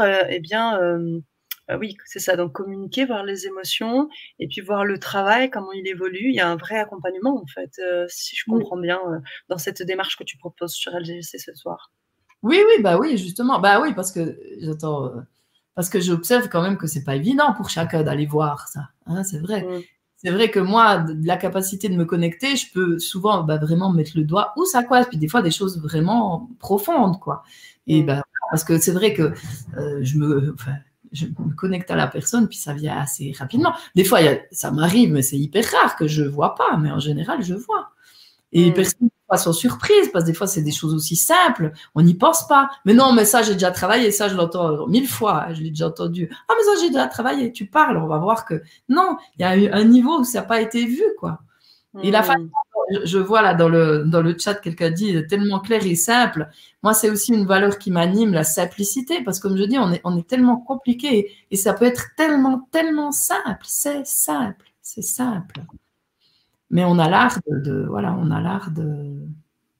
oui, c'est ça. Donc communiquer, voir les émotions, et puis voir le travail, comment il évolue. Il y a un vrai accompagnement, en fait, si je comprends bien, dans cette démarche que tu proposes sur LGC ce soir. Oui, oui, justement. Oui, parce que j'observe quand même que c'est pas évident pour chacun d'aller voir ça. Hein, c'est vrai. C'est vrai que moi, de la capacité de me connecter, je peux souvent vraiment mettre le doigt où ça coince, puis des fois des choses vraiment profondes, quoi. Et parce que c'est vrai que je me connecte à la personne, puis ça vient assez rapidement. Des fois, ça m'arrive, mais c'est hyper rare que je ne vois pas, mais en général, je vois. Et les personnes sont surprises, parce que des fois, c'est des choses aussi simples, on n'y pense pas. Mais non, mais ça, j'ai déjà travaillé, ça, je l'entends 1000 fois, je l'ai déjà entendu. Ah, mais ça, j'ai déjà travaillé, tu parles, on va voir que non, il y a eu un niveau où ça n'a pas été vu, quoi. Et la façon, je vois là dans le chat, quelqu'un dit tellement clair et simple. Moi, c'est aussi une valeur qui m'anime, la simplicité, parce que comme je dis, on est tellement compliqué et ça peut être tellement, tellement simple. C'est simple, c'est simple. Mais on a l'art voilà, on a l'art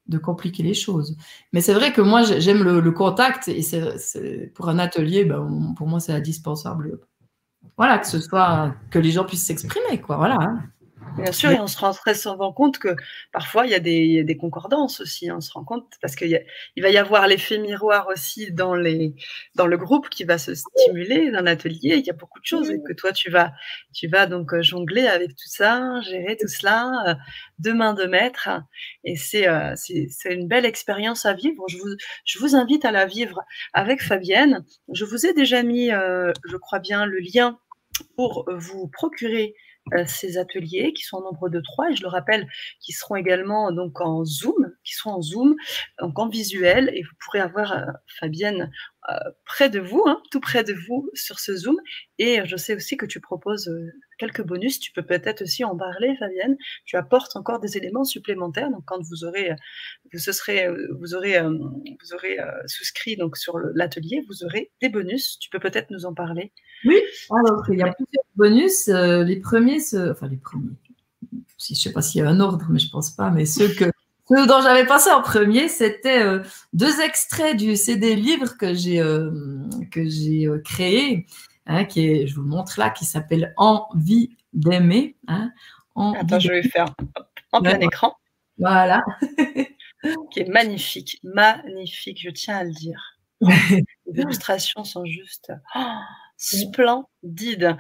de compliquer les choses. Mais c'est vrai que moi, j'aime le contact et pour un atelier, ben, pour moi, c'est indispensable. Voilà, que ce soit que les gens puissent s'exprimer, quoi. Voilà. Hein. Bien sûr, et on se rend très souvent compte que parfois il y a des concordances aussi. On se rend compte parce qu'il va y avoir l'effet miroir aussi dans le groupe qui va se stimuler dans l'atelier. Il y a beaucoup de choses et que toi tu vas donc jongler avec tout ça, gérer tout cela de main de maître. Et c'est une belle expérience à vivre. Je vous invite à la vivre avec Fabienne. Je vous ai déjà mis, je crois bien, le lien pour vous procurer ces ateliers qui sont au nombre de 3 et je le rappelle, qui seront également donc en Zoom, donc en visuel et vous pourrez avoir Fabienne près de vous, hein, tout près de vous sur ce Zoom et je sais aussi que tu proposes quelques bonus, tu peux peut-être aussi en parler Fabienne, tu apportes encore des éléments supplémentaires donc quand vous aurez souscrit donc sur l'atelier, vous aurez des bonus, tu peux peut-être nous en parler. Oui, alors il y a plusieurs bonus. Les premiers, enfin les premiers, je ne sais pas s'il y a un ordre, mais je ne pense pas, mais ceux dont j'avais passé en premier, c'était 2 extraits du CD livre que j'ai créé, hein, je vous le montre là, qui s'appelle Envie d'aimer. Hein, Attends, je vais faire en plein écran. Voilà. Qui est magnifique, je tiens à le dire. Les illustrations sont juste splendides.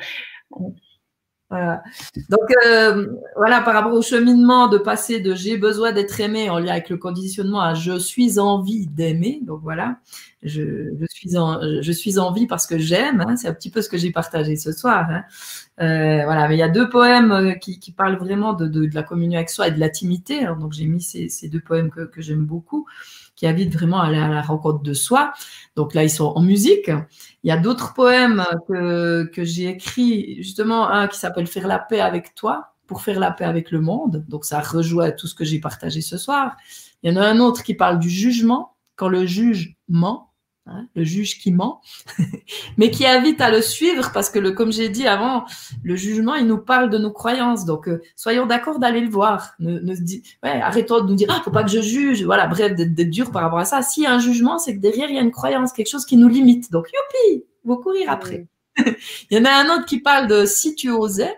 Voilà. Donc, voilà, par rapport au cheminement de passer de j'ai besoin d'être aimé en lien avec le conditionnement à je suis envie d'aimer. Donc, voilà, je suis en vie parce que j'aime. Hein, c'est un petit peu ce que j'ai partagé ce soir. Hein. Voilà, mais il y a 2 poèmes qui parlent vraiment de la communion avec soi et de l'intimité. Alors, donc, j'ai mis ces 2 poèmes que j'aime beaucoup, qui invitent vraiment à aller à la rencontre de soi. Donc là, ils sont en musique. Il y a d'autres poèmes que j'ai écrits, justement, un qui s'appelle Faire la paix avec toi, pour faire la paix avec le monde. Donc ça rejoint tout ce que j'ai partagé ce soir. Il y en a un autre qui parle du jugement, quand le juge ment, hein, le juge qui ment, mais qui invite à le suivre parce que, comme j'ai dit avant, le jugement, il nous parle de nos croyances. Donc, soyons d'accord d'aller le voir. Arrêtons de nous dire, faut pas que je juge. Voilà, bref, d'être dur par rapport à ça. S'il y a un jugement, c'est que derrière, il y a une croyance, quelque chose qui nous limite. Donc, youpi, faut courir après. Il y en a un autre qui parle de si tu osais,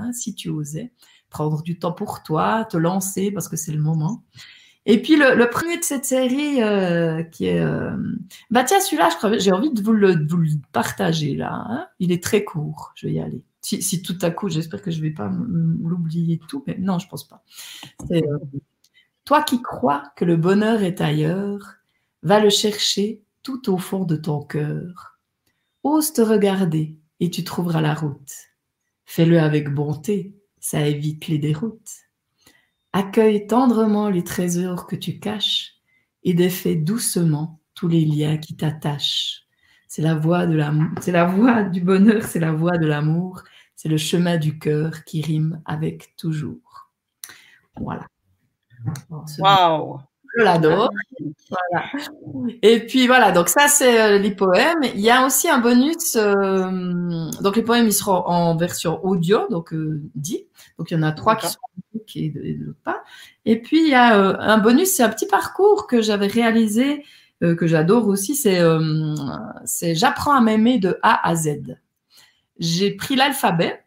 prendre du temps pour toi, te lancer parce que c'est le moment. Et puis, le premier de cette série qui est... tiens, celui-là, j'ai envie de vous le partager, là. Hein. Il est très court. Je vais y aller. Si tout à coup, j'espère que je ne vais pas l'oublier tout, mais non, je ne pense pas. C'est, toi qui crois que le bonheur est ailleurs, va le chercher tout au fond de ton cœur. Ose te regarder et tu trouveras la route. Fais-le avec bonté, ça évite les déroutes. Accueille tendrement les trésors que tu caches et défais doucement tous les liens qui t'attachent. C'est la voie de l'amour, c'est la voie du bonheur, c'est la voie de l'amour, c'est le chemin du cœur qui rime avec toujours. Voilà. Waouh! Je l'adore. Voilà. Et puis voilà, donc ça c'est les poèmes. Il y a aussi un bonus, donc les poèmes ils seront en version audio, donc dit. Donc il y en a 3 qui sont musiques et d'autres pas. Et puis il y a un bonus, c'est un petit parcours que j'avais réalisé, que j'adore aussi, c'est J'apprends à m'aimer de A à Z. J'ai pris l'alphabet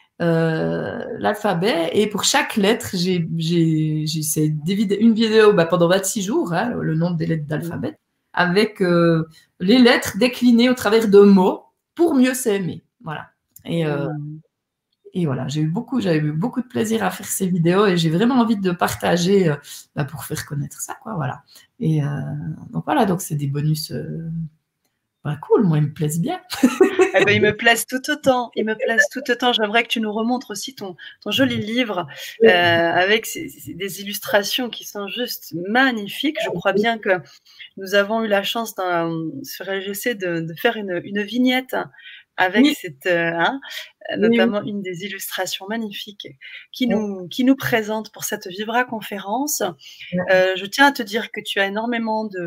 et pour chaque lettre, j'ai une vidéo pendant 26 jours, hein, le nombre des lettres d'alphabet, avec les lettres déclinées au travers de mots pour mieux s'aimer. Voilà. Et voilà, j'avais eu beaucoup de plaisir à faire ces vidéos et j'ai vraiment envie de partager pour faire connaître ça, quoi. Voilà. Et donc voilà, donc c'est des bonus. Cool, moi, ils me plaisent bien. Ils me plaisent tout autant. J'aimerais que tu nous remontres aussi ton joli livre avec des illustrations qui sont juste magnifiques. Je crois bien que nous avons eu la chance sur LGC de faire une vignette avec notamment une des illustrations magnifiques qui nous présente pour cette Vibra conférence. Je tiens à te dire que tu as énormément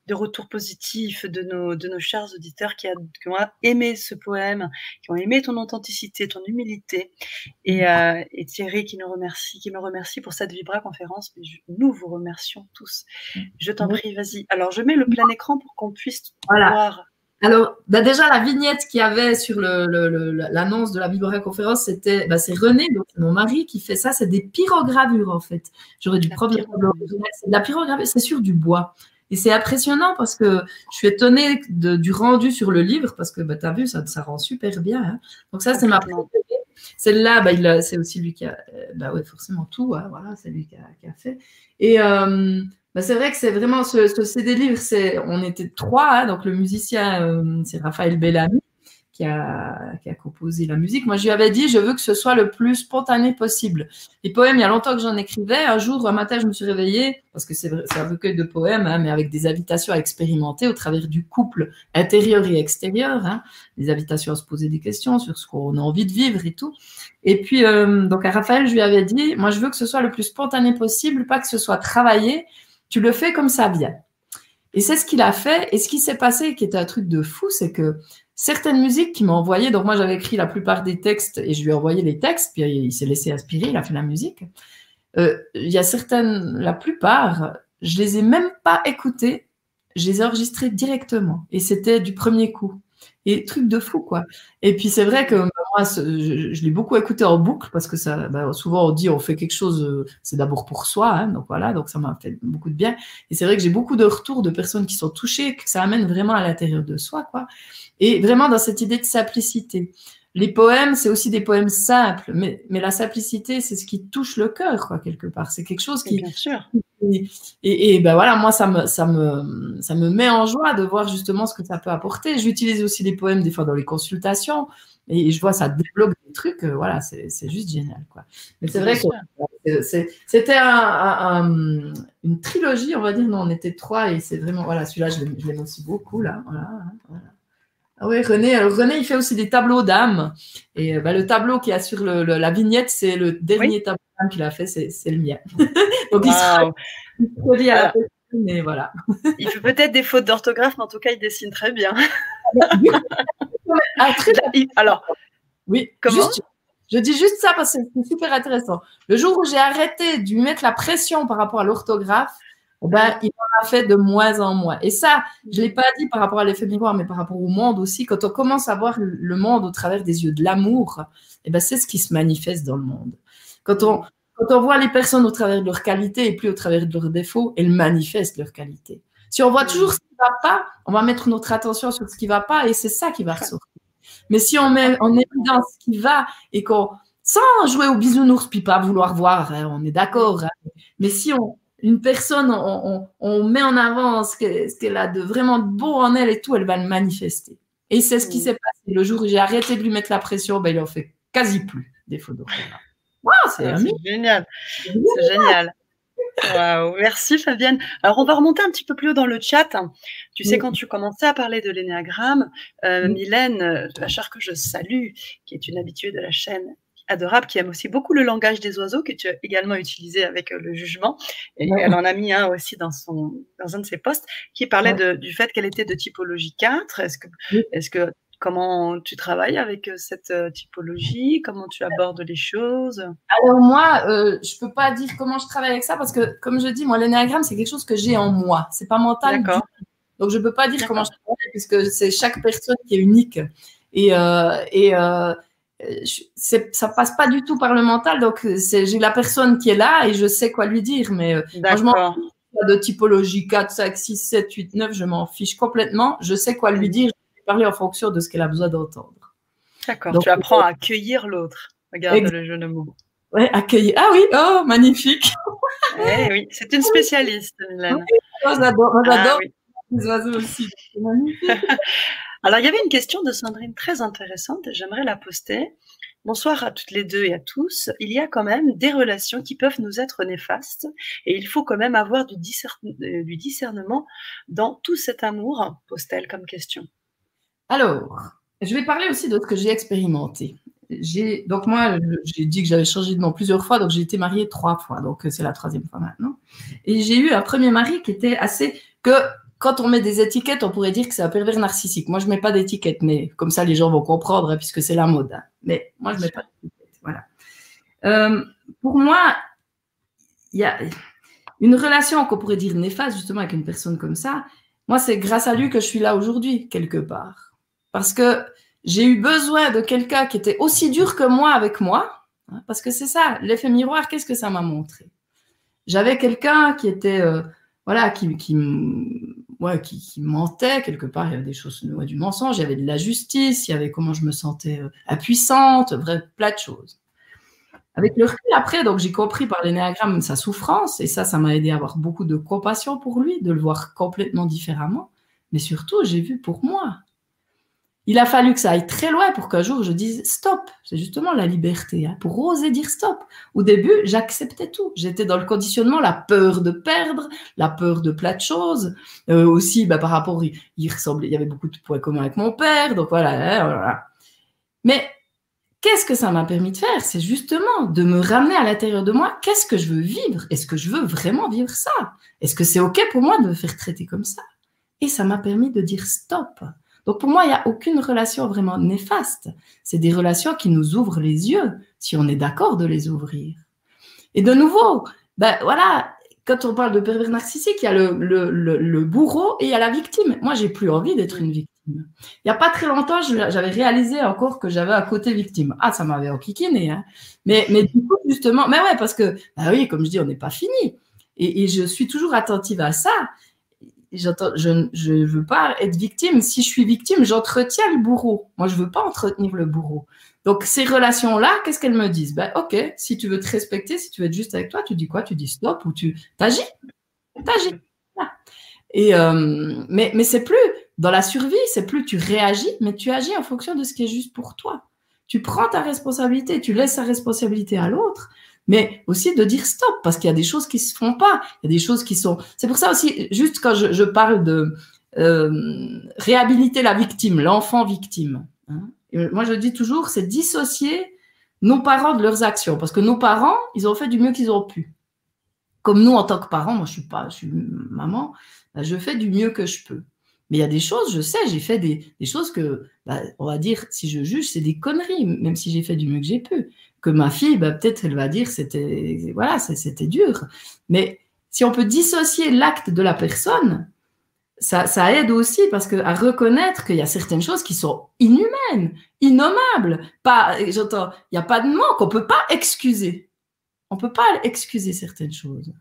de retours positifs de nos chers auditeurs qui ont aimé ce poème, qui ont aimé ton authenticité, ton humilité. Et Thierry qui me remercie pour cette Vibra conférence. Mais nous vous remercions tous. Je t'en prie, vas-y. Alors, je mets le plein écran pour qu'on puisse voir. Alors, déjà, la vignette qu'il y avait sur l'annonce de la Vibra conférence, c'est René, donc mon mari, qui fait ça. C'est des pyrogravures, en fait. J'aurais dû prendre le tableau original. C'est de la pyrogravure, c'est sur du bois. Et c'est impressionnant parce que je suis étonnée du rendu sur le livre parce que tu as vu, ça rend super bien. Hein. Donc ça, c'est ma préférée. Celle-là, c'est aussi lui qui a… ouais, forcément tout. Hein, voilà, c'est lui qui a fait. Et… c'est vrai que c'est vraiment ce CD livre, on était 3, hein, donc le musicien, c'est Raphaël Bellamy qui a composé la musique. Moi, je lui avais dit, je veux que ce soit le plus spontané possible. Les poèmes, il y a longtemps que j'en écrivais. Un jour, un matin, je me suis réveillée, parce que c'est un recueil de poèmes, hein, mais avec des invitations à expérimenter au travers du couple intérieur et extérieur, hein, des invitations à se poser des questions sur ce qu'on a envie de vivre et tout. Et puis, donc à Raphaël, je lui avais dit, moi, je veux que ce soit le plus spontané possible, pas que ce soit travaillé. Tu le fais comme ça vient. Et c'est ce qu'il a fait. Et ce qui s'est passé, qui était un truc de fou, c'est que certaines musiques qu'il m'a envoyées, donc moi j'avais écrit la plupart des textes et je lui ai envoyé les textes, puis il s'est laissé inspirer, il a fait la musique. Il y a certaines, la plupart, je les ai même pas écoutées, je les ai enregistrées directement. Et c'était du premier coup. Et truc de fou, quoi. Et puis c'est vrai que moi, je l'ai beaucoup écouté en boucle parce que ça, souvent on dit on fait quelque chose, c'est d'abord pour soi, hein, donc voilà, donc ça m'a fait beaucoup de bien. Et c'est vrai que j'ai beaucoup de retours de personnes qui sont touchées, que ça amène vraiment à l'intérieur de soi, quoi. Et vraiment dans cette idée de simplicité. Les poèmes, c'est aussi des poèmes simples, mais la simplicité, c'est ce qui touche le cœur, quoi, quelque part. C'est quelque chose qui… Bien sûr. Et voilà, moi, ça me met en joie de voir justement ce que ça peut apporter. J'utilise aussi des poèmes des fois dans les consultations et je vois ça débloque des trucs. Voilà, c'est juste génial, quoi. Mais c'est vrai que c'était une trilogie, on va dire. Non, on était 3 et c'est vraiment… Voilà, celui-là, je l'aime aussi beaucoup, là. Voilà. Ah oui, René, il fait aussi des tableaux d'âme. Et le tableau qu'il y a sur la vignette, c'est le dernier tableau d'âme qu'il a fait, c'est le mien. Donc, il sera relié à la personne, et voilà. Il fait peut-être des fautes d'orthographe, mais en tout cas, il dessine très bien. Alors, oui, comment je dis juste ça parce que c'est super intéressant. Le jour où j'ai arrêté de lui mettre la pression par rapport à l'orthographe, il m'en a fait de moins en moins. Et ça, je ne l'ai pas dit par rapport à l'effet miroir, mais par rapport au monde aussi. Quand on commence à voir le monde au travers des yeux de l'amour, c'est ce qui se manifeste dans le monde. Quand on voit les personnes au travers de leurs qualités et plus au travers de leurs défauts, elles manifestent leurs qualités. Si on voit toujours ce qui ne va pas, on va mettre notre attention sur ce qui ne va pas et c'est ça qui va ressortir. Mais si on met en évidence ce qui va et qu'on, sans jouer au bisounours puis pas vouloir voir, hein, on est d'accord, hein, mais si une personne, on met en avant ce qu'elle a de vraiment beau en elle et tout, elle va le manifester. Et c'est ce qui s'est passé. Le jour où j'ai arrêté de lui mettre la pression, il en fait quasi plus des fautes d'orthographe. Wow, c'est génial. C'est génial. Wow. Merci Fabienne. Alors on va remonter un petit peu plus haut dans le chat. Tu sais, quand tu commençais à parler de l'énéagramme, Mylène, la chère que je salue, qui est une habituée de la chaîne, adorable, qui aime aussi beaucoup le langage des oiseaux, que tu as également utilisé avec le jugement. Et elle en a mis un aussi dans un de ses posts, qui parlait du fait qu'elle était de typologie 4. Est-ce que comment tu travailles avec cette typologie? Comment tu abordes les choses? Alors moi, je ne peux pas dire comment je travaille avec ça parce que, comme je dis, moi, l'énéagramme, c'est quelque chose que j'ai en moi. Ce n'est pas mental. D'accord. Donc, je ne peux pas dire comment je travaille puisque c'est chaque personne qui est unique. Ça passe pas du tout par le mental, donc j'ai la personne qui est là et je sais quoi lui dire, mais moi, je m'en fiche de typologie 4, 5, 6, 7, 8, 9, je m'en fiche complètement, je sais quoi lui dire, je vais parler en fonction de ce qu'elle a besoin d'entendre. D'accord, donc, tu apprends à accueillir l'autre, regarde le jeu de mots. Oui, accueillir, ah oui, oh, magnifique. Oui, c'est une spécialiste, Mylène. Oui, j'adore les oiseaux aussi, c'est magnifique. Alors, il y avait une question de Sandrine très intéressante et j'aimerais la poster. Bonsoir à toutes les deux et à tous. Il y a quand même des relations qui peuvent nous être néfastes et il faut quand même avoir du discernement dans tout cet amour, pose-t-elle comme question. Alors, je vais parler aussi de ce que j'ai expérimenté. Donc moi, j'ai dit que j'avais changé de nom plusieurs fois, donc j'ai été mariée 3 fois, donc c'est la 3e fois maintenant. Et j'ai eu un premier mari qui était quand on met des étiquettes, on pourrait dire que c'est un pervers narcissique. Moi, je ne mets pas d'étiquette, mais comme ça, les gens vont comprendre, hein, puisque c'est la mode. Hein. Mais moi, je ne mets pas d'étiquette. Voilà. Pour moi, il y a une relation qu'on pourrait dire néfaste, justement, avec une personne comme ça. Moi, c'est grâce à lui que je suis là aujourd'hui, quelque part. Parce que j'ai eu besoin de quelqu'un qui était aussi dur que moi avec moi. Hein, parce que c'est ça, l'effet miroir, qu'est-ce que ça m'a montré? J'avais quelqu'un qui était, qui mentait quelque part. Il y avait des choses, du mensonge, il y avait de la justice, il y avait comment je me sentais impuissante, bref, plein de choses. Avec le recul après, donc j'ai compris par l'énéagramme sa souffrance, et ça m'a aidé à avoir beaucoup de compassion pour lui, de le voir complètement différemment. Mais surtout, j'ai vu pour moi. Il a fallu que ça aille très loin pour qu'un jour je dise stop. C'est justement la liberté, hein, pour oser dire stop. Au début, j'acceptais tout. J'étais dans le conditionnement, la peur de perdre, la peur de plein de choses. Aussi, par rapport, il y avait beaucoup de points communs avec mon père, donc voilà. Mais qu'est-ce que ça m'a permis de faire? C'est justement de me ramener à l'intérieur de moi. Qu'est-ce que je veux vivre? Est-ce que je veux vraiment vivre ça? Est-ce que c'est OK pour moi de me faire traiter comme ça? Et ça m'a permis de dire stop. Donc pour moi, il n'y a aucune relation vraiment néfaste. C'est des relations qui nous ouvrent les yeux, si on est d'accord de les ouvrir. Et de nouveau, quand on parle de pervers narcissique, il y a le bourreau et il y a la victime. Moi, j'ai plus envie d'être une victime. Il n'y a pas très longtemps, j'avais réalisé encore que j'avais un côté victime. Ah, ça m'avait enquiquiné. Hein. Mais du coup, justement, parce que, oui, comme je dis, on n'est pas fini. Et je suis toujours attentive à ça. Je ne veux pas être victime. Si je suis victime, j'entretiens le bourreau. Moi, je ne veux pas entretenir le bourreau. Donc, ces relations-là, qu'est-ce qu'elles me disent? OK, si tu veux te respecter, si tu veux être juste avec toi, tu dis quoi? Tu dis stop ou tu t'agis. Voilà. Et, mais c'est plus dans la survie, c'est plus tu réagis, mais tu agis en fonction de ce qui est juste pour toi. Tu prends ta responsabilité, tu laisses sa responsabilité à l'autre, mais aussi de dire stop, parce qu'il y a des choses qui se font pas, il y a des choses qui sont... C'est pour ça aussi, juste quand je parle de réhabiliter la victime, l'enfant victime, hein, moi je dis toujours, c'est dissocier nos parents de leurs actions, parce que nos parents, ils ont fait du mieux qu'ils ont pu. Comme nous, en tant que parents, moi je suis maman, je fais du mieux que je peux. Mais il y a des choses, je sais, j'ai fait des choses que, on va dire, si je juge, c'est des conneries, même si j'ai fait du mieux que j'ai pu. Que ma fille, peut-être, elle va dire, c'était dur. Mais si on peut dissocier l'acte de la personne, ça aide aussi parce que à reconnaître qu'il y a certaines choses qui sont inhumaines, innommables. Il n'y a pas de manque, on ne peut pas excuser. On ne peut pas excuser certaines choses.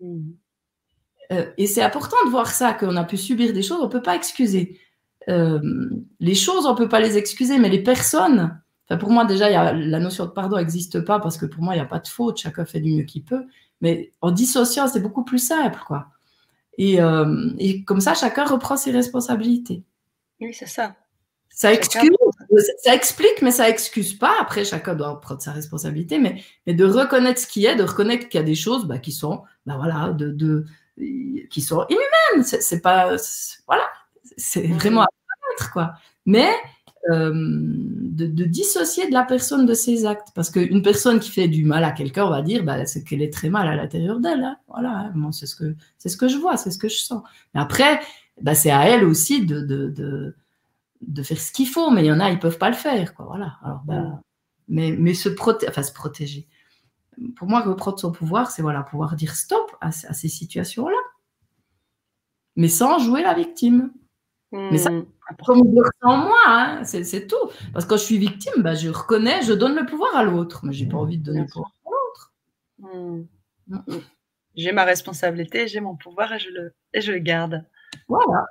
Et c'est important de voir ça, qu'on a pu subir des choses, on ne peut pas excuser. Les choses, on ne peut pas les excuser, mais les personnes, pour moi déjà, la notion de pardon n'existe pas parce que pour moi, il n'y a pas de faute, chacun fait du mieux qu'il peut. Mais en dissociant, c'est beaucoup plus simple, quoi. Et comme ça, chacun reprend ses responsabilités. Oui, c'est ça. Ça excuse, ça explique, mais ça excuse pas. Après, chacun doit prendre sa responsabilité, mais de reconnaître ce qui est, de reconnaître qu'il y a des choses qui sont, qui sont inhumaines. C'est pas, voilà, c'est vraiment à reconnaître, quoi. Mais de dissocier de la personne de ses actes, parce qu'une personne qui fait du mal à quelqu'un, on va dire, c'est qu'elle est très mal à l'intérieur d'elle. Hein. Voilà, hein. Bon, c'est ce que je vois, c'est ce que je sens. Mais après, c'est à elle aussi de faire ce qu'il faut, mais il y en a, ils peuvent pas le faire, quoi. Voilà. Alors, mais se protéger. Pour moi, reprendre son pouvoir, c'est pouvoir dire stop à ces situations-là, mais sans jouer la victime. Mais ça, comme dire ça en moi, hein, c'est tout. Parce que quand je suis victime, je reconnais, je donne le pouvoir à l'autre, mais j'ai pas envie de donner le pouvoir à l'autre. J'ai ma responsabilité, j'ai mon pouvoir et je le garde. Voilà.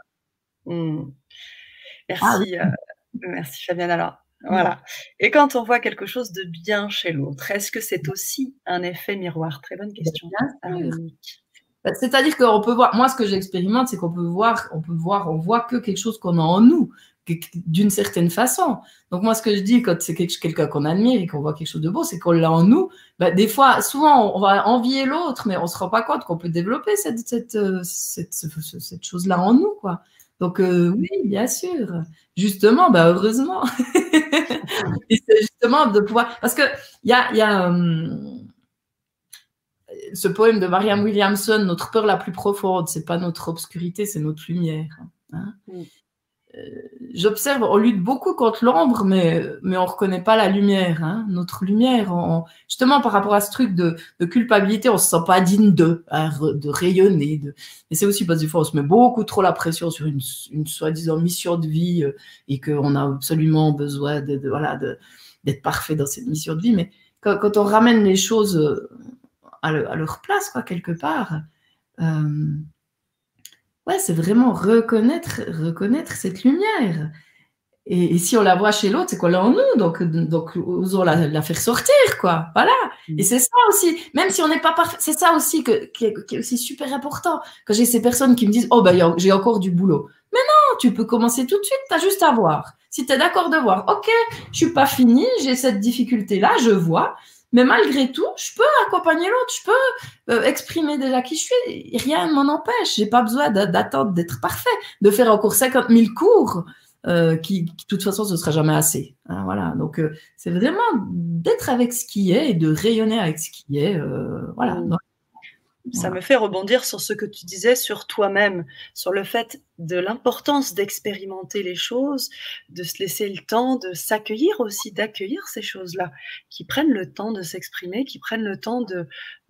Merci, merci Fabienne. Alors, voilà. Et quand on voit quelque chose de bien chez l'autre, est-ce que c'est aussi un effet miroir? Très bonne question. C'est-à-dire qu'on peut voir, moi ce que j'expérimente, c'est qu'on on voit que quelque chose qu'on a en nous, d'une certaine façon. Donc moi ce que je dis quand c'est quelqu'un qu'on admire et qu'on voit quelque chose de beau, c'est qu'on l'a en nous. Des fois, souvent on va envier l'autre, mais on se rend pas compte qu'on peut développer cette chose-là en nous, quoi. Donc oui, bien sûr. Justement, heureusement. Et c'est justement de pouvoir, parce que il y a ce poème de Marianne Williamson, notre peur la plus profonde, c'est pas notre obscurité, c'est notre lumière. Hein. J'observe, on lutte beaucoup contre l'ombre, mais on reconnaît pas la lumière. Hein. Notre lumière, justement par rapport à ce truc de culpabilité, on se sent pas digne de rayonner. Et c'est aussi parce que des fois, on se met beaucoup trop la pression sur une soi-disant mission de vie et qu'on a absolument besoin d'être parfait dans cette mission de vie. Mais quand on ramène les choses à leur place, quoi, quelque part, ouais, c'est vraiment reconnaître cette lumière. Et si on la voit chez l'autre, c'est qu'on l'a en nous, donc osons la faire sortir, quoi. Voilà. Et c'est ça aussi, même si on n'est pas parfait, c'est ça aussi qui est aussi super important. Quand j'ai ces personnes qui me disent, oh ben j'ai encore du boulot. Mais non, tu peux commencer tout de suite, tu as juste à voir. Si tu es d'accord de voir, ok, je suis pas finie, j'ai cette difficulté-là, je vois. Mais malgré tout, je peux accompagner l'autre, je peux exprimer déjà qui je suis. Rien ne m'en empêche. J'ai pas besoin d'attendre d'être parfait, de faire encore 50 000 cours qui de toute façon, ce sera jamais assez. Hein, voilà. Donc, c'est vraiment d'être avec ce qui est et de rayonner avec ce qui est. Voilà. Donc, ça me fait rebondir sur ce que tu disais sur toi-même, sur le fait de l'importance d'expérimenter les choses, de se laisser le temps de s'accueillir aussi, d'accueillir ces choses-là, qui prennent le temps de s'exprimer, qui prennent le temps de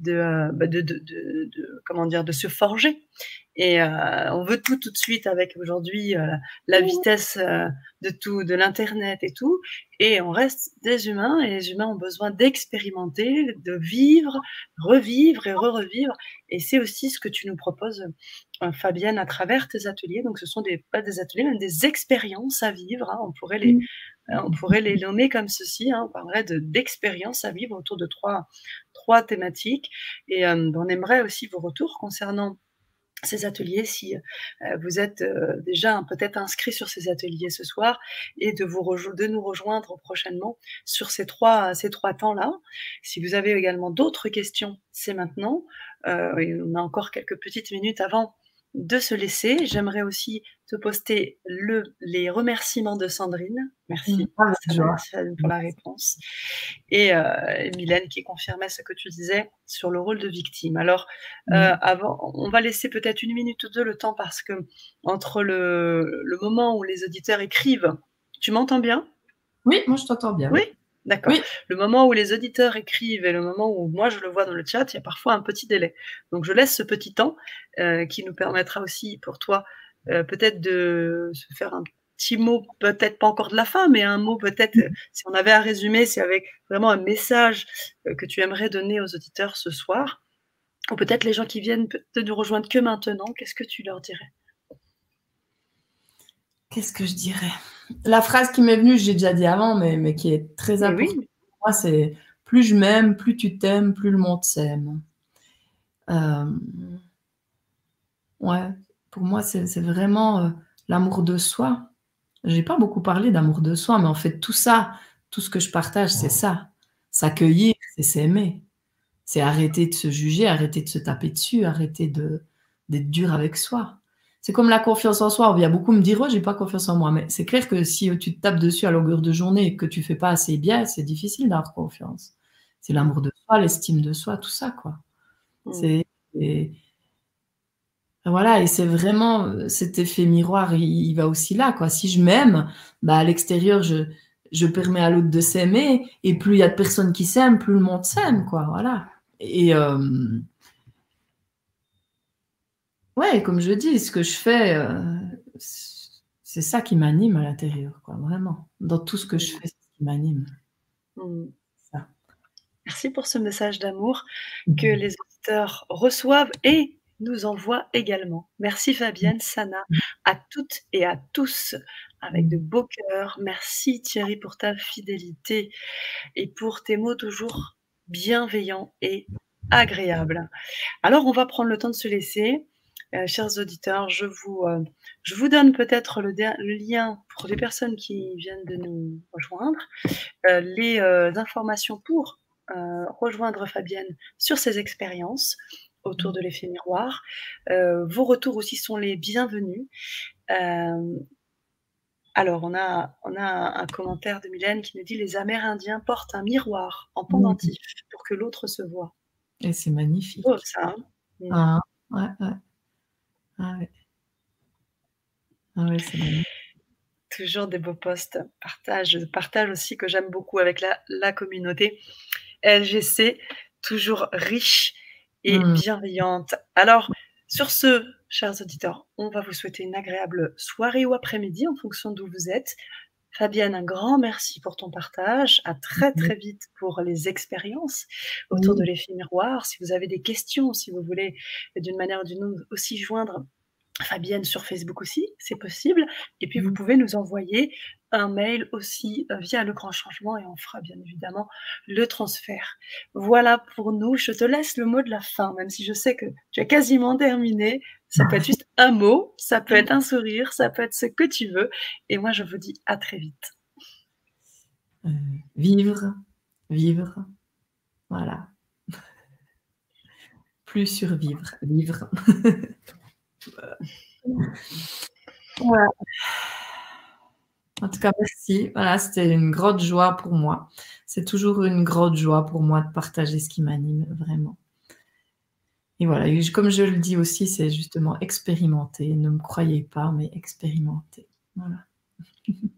comment dire, de se forger. Et on veut tout de suite avec aujourd'hui la vitesse de tout, de l'internet et tout. Et on reste des humains et les humains ont besoin d'expérimenter, de vivre, revivre et revivre. Et c'est aussi ce que tu nous proposes, Fabienne, à travers tes ateliers. Donc ce sont pas des ateliers, mais des expériences à vivre. Hein. On pourrait les nommer comme ceci. Hein. On parlerait d'expériences à vivre autour de trois thématiques. Et on aimerait aussi vos retours concernant ces ateliers, si vous êtes déjà peut-être inscrit sur ces ateliers ce soir, et de nous rejoindre prochainement sur ces trois temps-là. Si vous avez également d'autres questions, c'est maintenant. On a encore quelques petites minutes avant de se laisser. J'aimerais aussi te poster les remerciements de Sandrine. Merci. Merci pour la réponse. Et Mylène qui confirmait ce que tu disais sur le rôle de victime. Alors, avant, on va laisser peut-être 1 minute ou 2 le temps parce que entre le moment où les auditeurs écrivent, tu m'entends bien? Oui, moi je t'entends bien. Oui, d'accord. Oui. Le moment où les auditeurs écrivent et le moment où moi je le vois dans le chat, il y a parfois un petit délai. Donc je laisse ce petit temps qui nous permettra aussi pour toi peut-être de se faire un petit mot, peut-être pas encore de la fin, mais un mot peut-être, si on avait à résumer, c'est avec vraiment un message que tu aimerais donner aux auditeurs ce soir, ou peut-être les gens qui viennent de nous rejoindre que maintenant, qu'est-ce que tu leur dirais? Qu'est-ce que je dirais? La phrase qui m'est venue, j'ai déjà dit avant, mais qui est très importante pour moi, c'est « plus je m'aime, plus tu t'aimes, plus le monde s'aime ». Ouais, pour moi, c'est vraiment l'amour de soi. J'ai pas beaucoup parlé d'amour de soi, mais en fait, tout ça, tout ce que je partage, c'est ça. S'accueillir, c'est s'aimer. C'est arrêter de se juger, arrêter de se taper dessus, arrêter d'être dur avec soi. C'est comme la confiance en soi. Il y a beaucoup me dire, oh, j'ai pas confiance en moi. Mais c'est clair que si tu te tapes dessus à longueur de journée et que tu fais pas assez bien, c'est difficile d'avoir confiance. C'est l'amour de soi, l'estime de soi, tout ça, quoi. Voilà, et c'est vraiment cet effet miroir, il va aussi là, quoi. Si je m'aime, bah, à l'extérieur, je permets à l'autre de s'aimer, et plus il y a de personnes qui s'aiment, plus le monde s'aime, quoi. Voilà. Et ouais, comme je dis, ce que je fais, c'est ça qui m'anime à l'intérieur, quoi, vraiment. Dans tout ce que je fais, c'est ce qui m'anime. Ça. Merci pour ce message d'amour que les auditeurs reçoivent et nous envoient également. Merci Fabienne, Sana, à toutes et à tous, avec de beaux cœurs. Merci Thierry pour ta fidélité et pour tes mots toujours bienveillants et agréables. Alors, on va prendre le temps de se laisser. Chers auditeurs, je vous donne peut-être le lien pour les personnes qui viennent de nous rejoindre, les informations pour rejoindre Fabienne sur ses expériences autour de l'effet miroir. Vos retours aussi sont les bienvenus. Alors, on a un commentaire de Mylène qui nous dit « Les Amérindiens portent un miroir en pendentif pour que l'autre se voie ». Et c'est magnifique. Oh, ça, hein. Ah, ouais, ouais. Ah ouais. Ah ouais, c'est magnifique. Toujours des beaux posts. Partage aussi que j'aime beaucoup avec la communauté LGC, toujours riche et bienveillante. Alors, sur ce, chers auditeurs, on va vous souhaiter une agréable soirée ou après-midi en fonction d'où vous êtes. Fabienne, un grand merci pour ton partage. À très, très vite pour les expériences autour de Oui. l'effet miroir. Si vous avez des questions, si vous voulez d'une manière ou d'une autre aussi joindre Fabienne sur Facebook aussi, c'est possible. Et puis, vous pouvez nous envoyer un mail aussi via Le Grand Changement et on fera bien évidemment le transfert. Voilà pour nous. Je te laisse le mot de la fin, même si je sais que tu as quasiment terminé. Ça peut être juste un mot, ça peut être un sourire, ça peut être ce que tu veux. Et moi, je vous dis à très vite. Vivre, vivre, voilà. Plus survivre, vivre. Voilà. En tout cas, merci. Voilà, c'était une grande joie pour moi. C'est toujours une grande joie pour moi de partager ce qui m'anime, vraiment. Et voilà, et comme je le dis aussi, c'est justement expérimenter. Ne me croyez pas, mais expérimenter. Voilà.